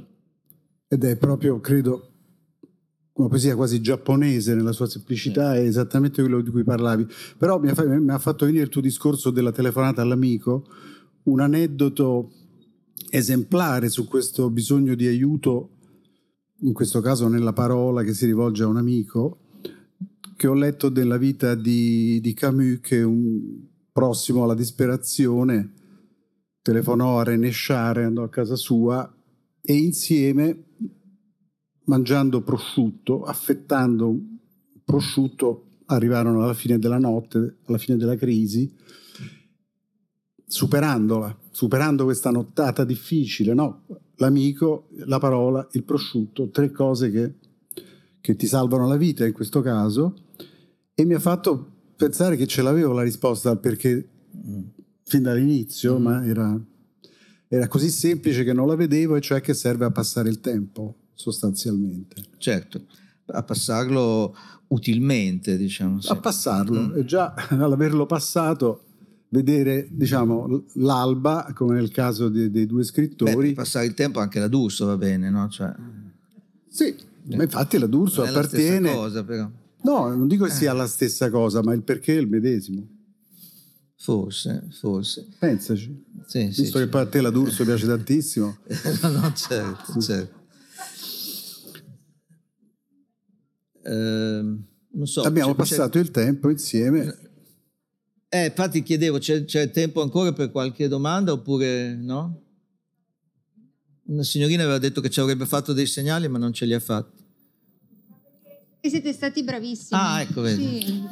Ed è proprio, credo, una poesia quasi giapponese nella sua semplicità, è esattamente quello di cui parlavi. Però mi ha fatto venire il tuo discorso della telefonata all'amico, un aneddoto esemplare su questo bisogno di aiuto, in questo caso nella parola che si rivolge a un amico, che ho letto della vita di Camus, che prossimo alla disperazione telefonò a René Char, andò a casa sua e insieme, mangiando prosciutto, affettando prosciutto, arrivarono alla fine della notte, alla fine della crisi, superando questa nottata difficile, no? L'amico, la parola, il prosciutto, 3 cose che ti salvano la vita in questo caso, e mi ha fatto pensare che ce l'avevo la risposta al perché fin dall'inizio, ma era così semplice che non la vedevo, e cioè che serve a passare il tempo sostanzialmente. Certo, a passarlo utilmente, diciamo. Sì. A passarlo, e già all'averlo passato vedere, diciamo, l'alba, come nel caso dei 2 scrittori. Beh, passare il tempo anche la D'Urso va bene, no? Cioè, sì, ma infatti la D'Urso non è appartiene... la stessa cosa, però. No, non dico che sia la stessa cosa, ma il perché è il medesimo. Forse. Pensaci. Sì, visto che poi a te la D'Urso piace tantissimo. No, certo. Non so. Abbiamo passato il tempo insieme. Infatti chiedevo, c'è tempo ancora per qualche domanda oppure no? Una signorina aveva detto che ci avrebbe fatto dei segnali, ma non ce li ha fatti. E siete stati bravissimi. Ah, ecco, vedi. Sì. Mi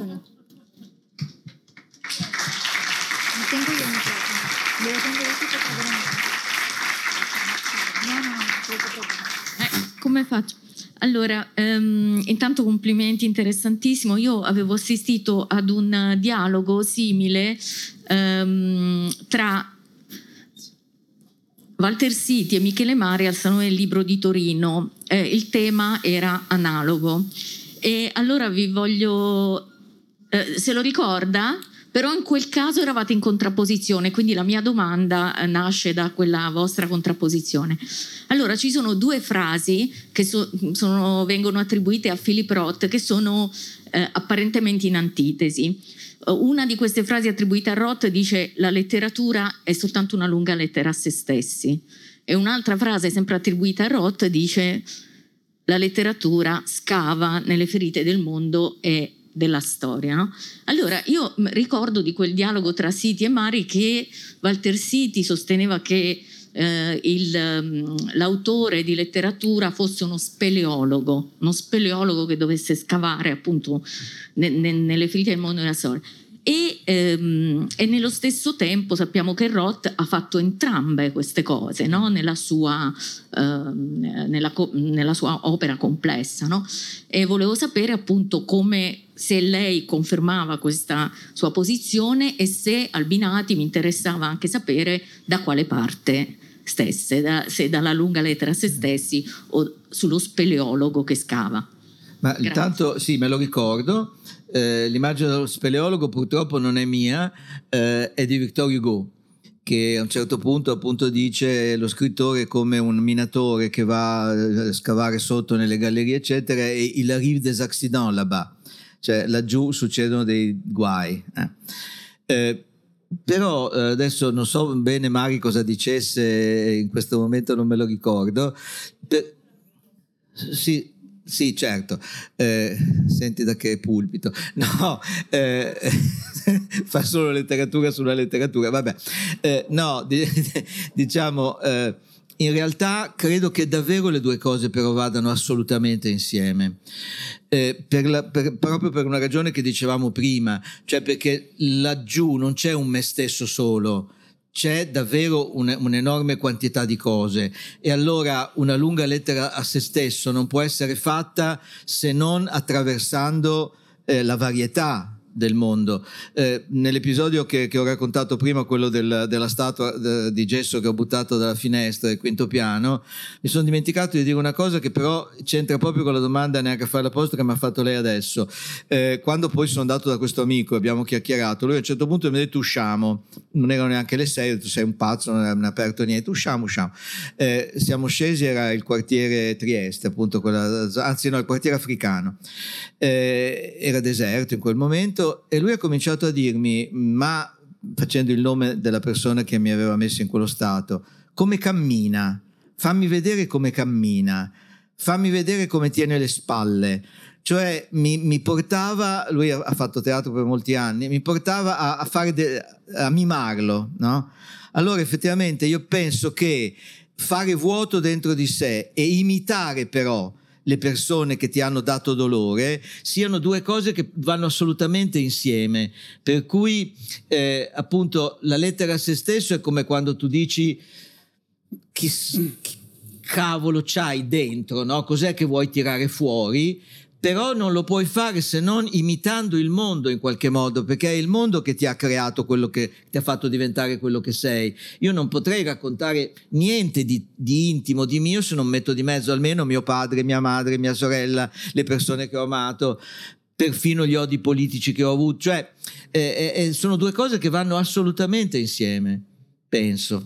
tengo io il microfono. Devo tenere tutto per veramente. No. Come faccio? Allora, intanto complimenti, interessantissimo. Io avevo assistito ad un dialogo simile tra Walter Siti e Michele Mari al Salone del Libro di Torino. Il tema era analogo. E allora vi voglio... se lo ricorda? Però in quel caso eravate in contrapposizione, quindi la mia domanda nasce da quella vostra contrapposizione. Allora, ci sono due frasi che vengono attribuite a Philip Roth che sono apparentemente in antitesi. Una di queste frasi attribuite a Roth dice: la letteratura è soltanto una lunga lettera a se stessi. E un'altra frase sempre attribuita a Roth dice: la letteratura scava nelle ferite del mondo e della storia, no? Allora io ricordo di quel dialogo tra Siti e Mari che Walter Siti sosteneva che l'autore di letteratura fosse uno speleologo che dovesse scavare appunto nelle ferite del mondo della storia. E nello stesso tempo sappiamo che Roth ha fatto entrambe queste cose, no? nella sua opera complessa, no? E volevo sapere appunto se lei confermava questa sua posizione e se Albinati mi interessava anche sapere da quale parte stesse, se dalla lunga lettera a se stessi o sullo speleologo che scava. Ma intanto sì, me lo ricordo. L'immagine dello speleologo purtroppo non è mia, è di Victor Hugo, che a un certo punto appunto dice lo scrittore come un minatore che va a scavare sotto nelle gallerie eccetera, e il arrive des accidents là-bas, cioè laggiù succedono dei guai. Però adesso non so bene Mari cosa dicesse, in questo momento non me lo ricordo. Sì, certo. Senti da che pulpito. No, fa solo letteratura sulla letteratura. Vabbè. Diciamo, in realtà credo che davvero le due cose però vadano assolutamente insieme. Proprio per una ragione che dicevamo prima, cioè perché laggiù non c'è un me stesso solo, c'è davvero un'enorme quantità di cose, e allora una lunga lettera a se stesso non può essere fatta se non attraversando la varietà del mondo. Nell'episodio che ho raccontato prima, quello della statua di gesso che ho buttato dalla finestra del quinto piano, mi sono dimenticato di dire una cosa che però c'entra proprio con la domanda, neanche a fare l'apposta, che mi ha fatto lei adesso. Quando poi sono andato da questo amico e abbiamo chiacchierato, lui a un certo punto mi ha detto usciamo, non erano neanche le 6, ho detto sei un pazzo, non è aperto niente, usciamo. Siamo scesi, era il quartiere Trieste appunto, il quartiere africano, era deserto in quel momento. E lui ha cominciato a dirmi, ma facendo il nome della persona che mi aveva messo in quello stato, come cammina, fammi vedere come cammina, fammi vedere come tiene le spalle. Cioè mi portava, lui ha fatto teatro per molti anni, mi portava a mimarlo, no? Allora effettivamente io penso che fare vuoto dentro di sé e imitare però le persone che ti hanno dato dolore siano due cose che vanno assolutamente insieme, per cui appunto la lettera a se stesso è come quando tu dici chi cavolo c'hai dentro, no? Cos'è che vuoi tirare fuori? Però non lo puoi fare se non imitando il mondo in qualche modo, perché è il mondo che ti ha creato quello che ti ha fatto diventare quello che sei. Io non potrei raccontare niente di intimo, di mio, se non metto di mezzo almeno mio padre, mia madre, mia sorella, le persone che ho amato, perfino gli odi politici che ho avuto. Cioè, sono due cose che vanno assolutamente insieme, penso.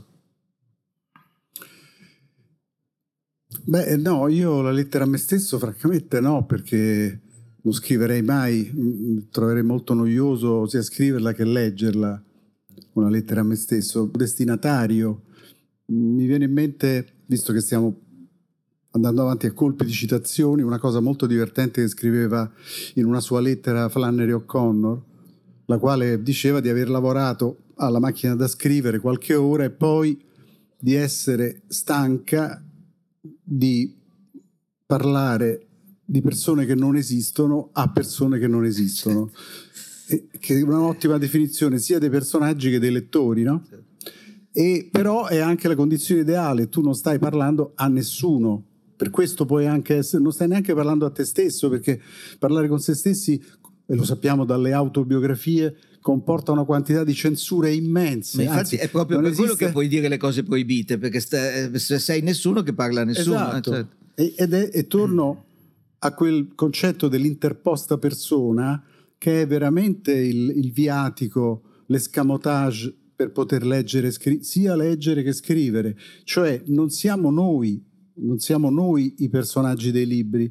Beh, no, io la lettera a me stesso francamente no, perché non scriverei mai, troverei molto noioso sia scriverla che leggerla, una lettera a me stesso. Destinatario, mi viene in mente, visto che stiamo andando avanti a colpi di citazioni, una cosa molto divertente che scriveva in una sua lettera Flannery O'Connor, la quale diceva di aver lavorato alla macchina da scrivere qualche ora e poi di essere stanca di parlare di persone che non esistono a persone che non esistono, che è un'ottima definizione sia dei personaggi che dei lettori, no? E però è anche la condizione ideale, tu non stai parlando a nessuno, per questo puoi anche essere, non stai neanche parlando a te stesso, perché parlare con se stessi, e lo sappiamo dalle autobiografie, comporta una quantità di censure immense. Ma infatti anzi, è proprio per quello che puoi dire le cose proibite, perché se sei nessuno che parla a nessuno. Esatto. Certo. E torno a quel concetto dell'interposta persona, che è veramente il viatico, l'escamotage per poter leggere, sia leggere che scrivere. Cioè non siamo noi i personaggi dei libri.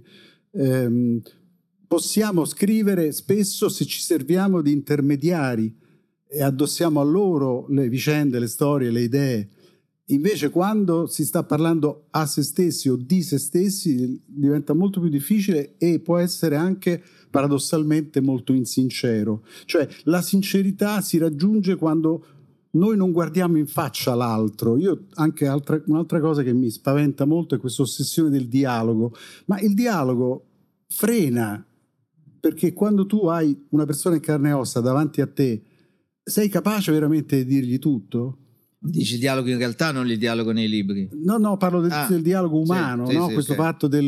Possiamo scrivere spesso se ci serviamo di intermediari e addossiamo a loro le vicende, le storie, le idee. Invece quando si sta parlando a se stessi o di se stessi diventa molto più difficile e può essere anche paradossalmente molto insincero. Cioè la sincerità si raggiunge quando noi non guardiamo in faccia l'altro. Io anche un'altra cosa che mi spaventa molto è questa ossessione del dialogo, ma il dialogo frena, perché quando tu hai una persona in carne e ossa davanti a te, sei capace veramente di dirgli tutto? Dici dialogo in realtà, non il dialogo nei libri. No, parlo del dialogo umano, sì, no? Sì, questo okay. fatto del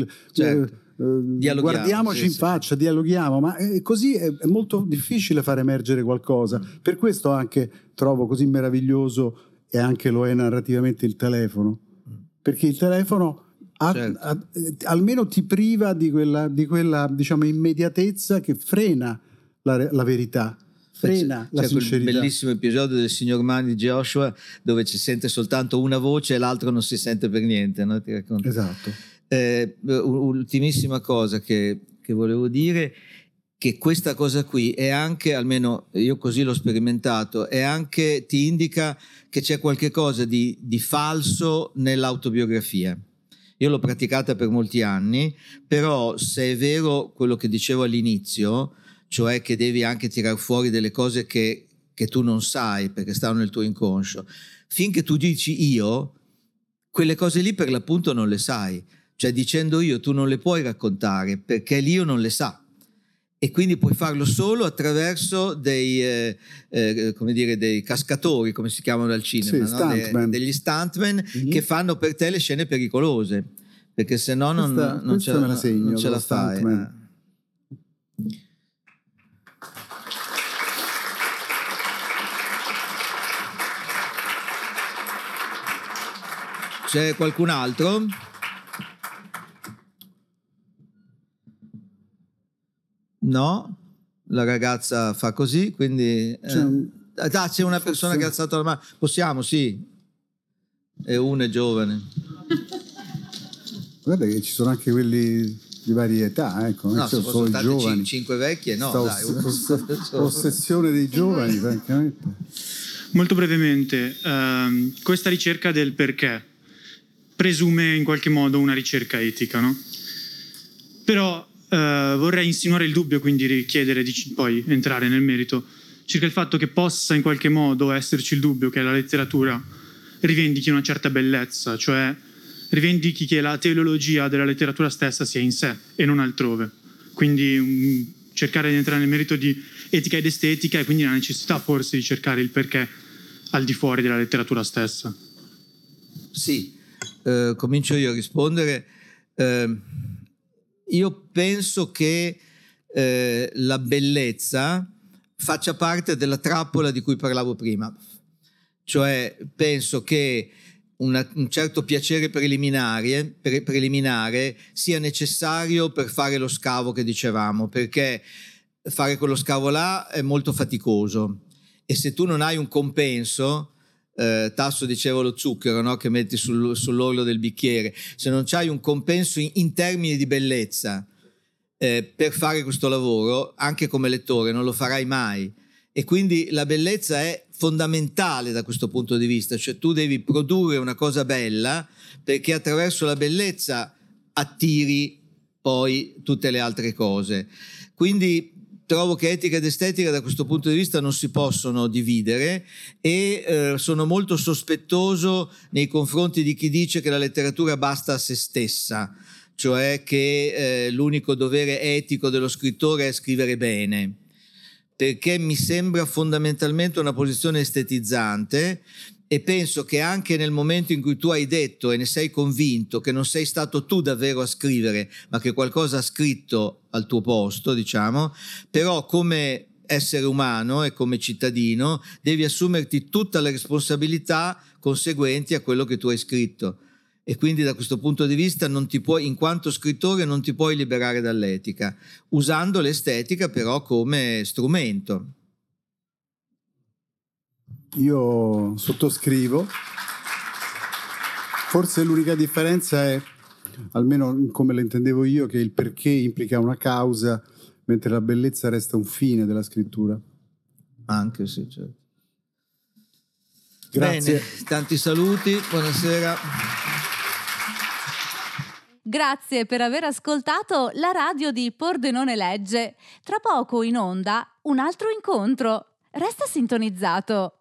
guardiamoci in faccia, dialoghiamo, ma così è molto difficile far emergere qualcosa. Per questo anche trovo così meraviglioso, e anche lo è narrativamente, il telefono, perché il telefono almeno ti priva di quella diciamo immediatezza che frena la verità. Frena la sincerità. Quel bellissimo episodio del signor Mani di Joshua dove ci sente soltanto una voce e l'altro non si sente per niente, no? Ti racconto. Esatto. Ultimissima cosa che volevo dire, che questa cosa qui è anche, almeno io così l'ho sperimentato, è anche, ti indica che c'è qualche cosa di falso nell'autobiografia. Io l'ho praticata per molti anni, però se è vero quello che dicevo all'inizio, cioè che devi anche tirar fuori delle cose che tu non sai perché stanno nel tuo inconscio, finché tu dici io, quelle cose lì per l'appunto non le sai, cioè dicendo io tu non le puoi raccontare perché l'io non le sa, e quindi puoi farlo solo attraverso dei cascatori, come si chiamano al cinema, sì, no? Degli stuntman che fanno per te le scene pericolose, perché se no non ce la fai. C'è qualcun altro? No? La ragazza fa così, quindi... c'è una persona che ha alzato la mano. Possiamo, sì. E uno è giovane. Guarda che ci sono anche quelli di varie età, ecco. No, se solo i giovani. 5 vecchie, no. Ossessione dei giovani, francamente. Molto brevemente, questa ricerca del perché presume in qualche modo una ricerca etica, no? Però vorrei insinuare il dubbio, quindi richiedere di poi entrare nel merito, circa il fatto che possa in qualche modo esserci il dubbio che la letteratura rivendichi una certa bellezza, cioè rivendichi che la teleologia della letteratura stessa sia in sé e non altrove. Quindi cercare di entrare nel merito di etica ed estetica, e quindi la necessità forse di cercare il perché al di fuori della letteratura stessa. Sì, comincio io a rispondere. Io penso che la bellezza faccia parte della trappola di cui parlavo prima, cioè penso che un certo piacere preliminare sia necessario per fare lo scavo che dicevamo, perché fare quello scavo là è molto faticoso, e se tu non hai un compenso, Tasso diceva lo zucchero, no? Che metti sull'orlo del bicchiere, se non c'hai un compenso in termini di bellezza per fare questo lavoro, anche come lettore non lo farai mai. E quindi la bellezza è fondamentale da questo punto di vista, cioè tu devi produrre una cosa bella perché attraverso la bellezza attiri poi tutte le altre cose. Quindi trovo che etica ed estetica da questo punto di vista non si possono dividere, e sono molto sospettoso nei confronti di chi dice che la letteratura basta a se stessa, cioè che l'unico dovere etico dello scrittore è scrivere bene, perché mi sembra fondamentalmente una posizione estetizzante, E penso che anche nel momento in cui tu hai detto e ne sei convinto che non sei stato tu davvero a scrivere, ma che qualcosa ha scritto al tuo posto, diciamo, però come essere umano e come cittadino devi assumerti tutte le responsabilità conseguenti a quello che tu hai scritto. E quindi da questo punto di vista non ti puoi, in quanto scrittore, non ti puoi liberare dall'etica, usando l'estetica però come strumento. Io sottoscrivo. Forse l'unica differenza è, almeno come la intendevo io, che il perché implica una causa, mentre la bellezza resta un fine della scrittura. Anche sì, certo. Grazie. Bene, tanti saluti, buonasera. Grazie per aver ascoltato la radio di Pordenone Legge. Tra poco in onda un altro incontro. Resta sintonizzato.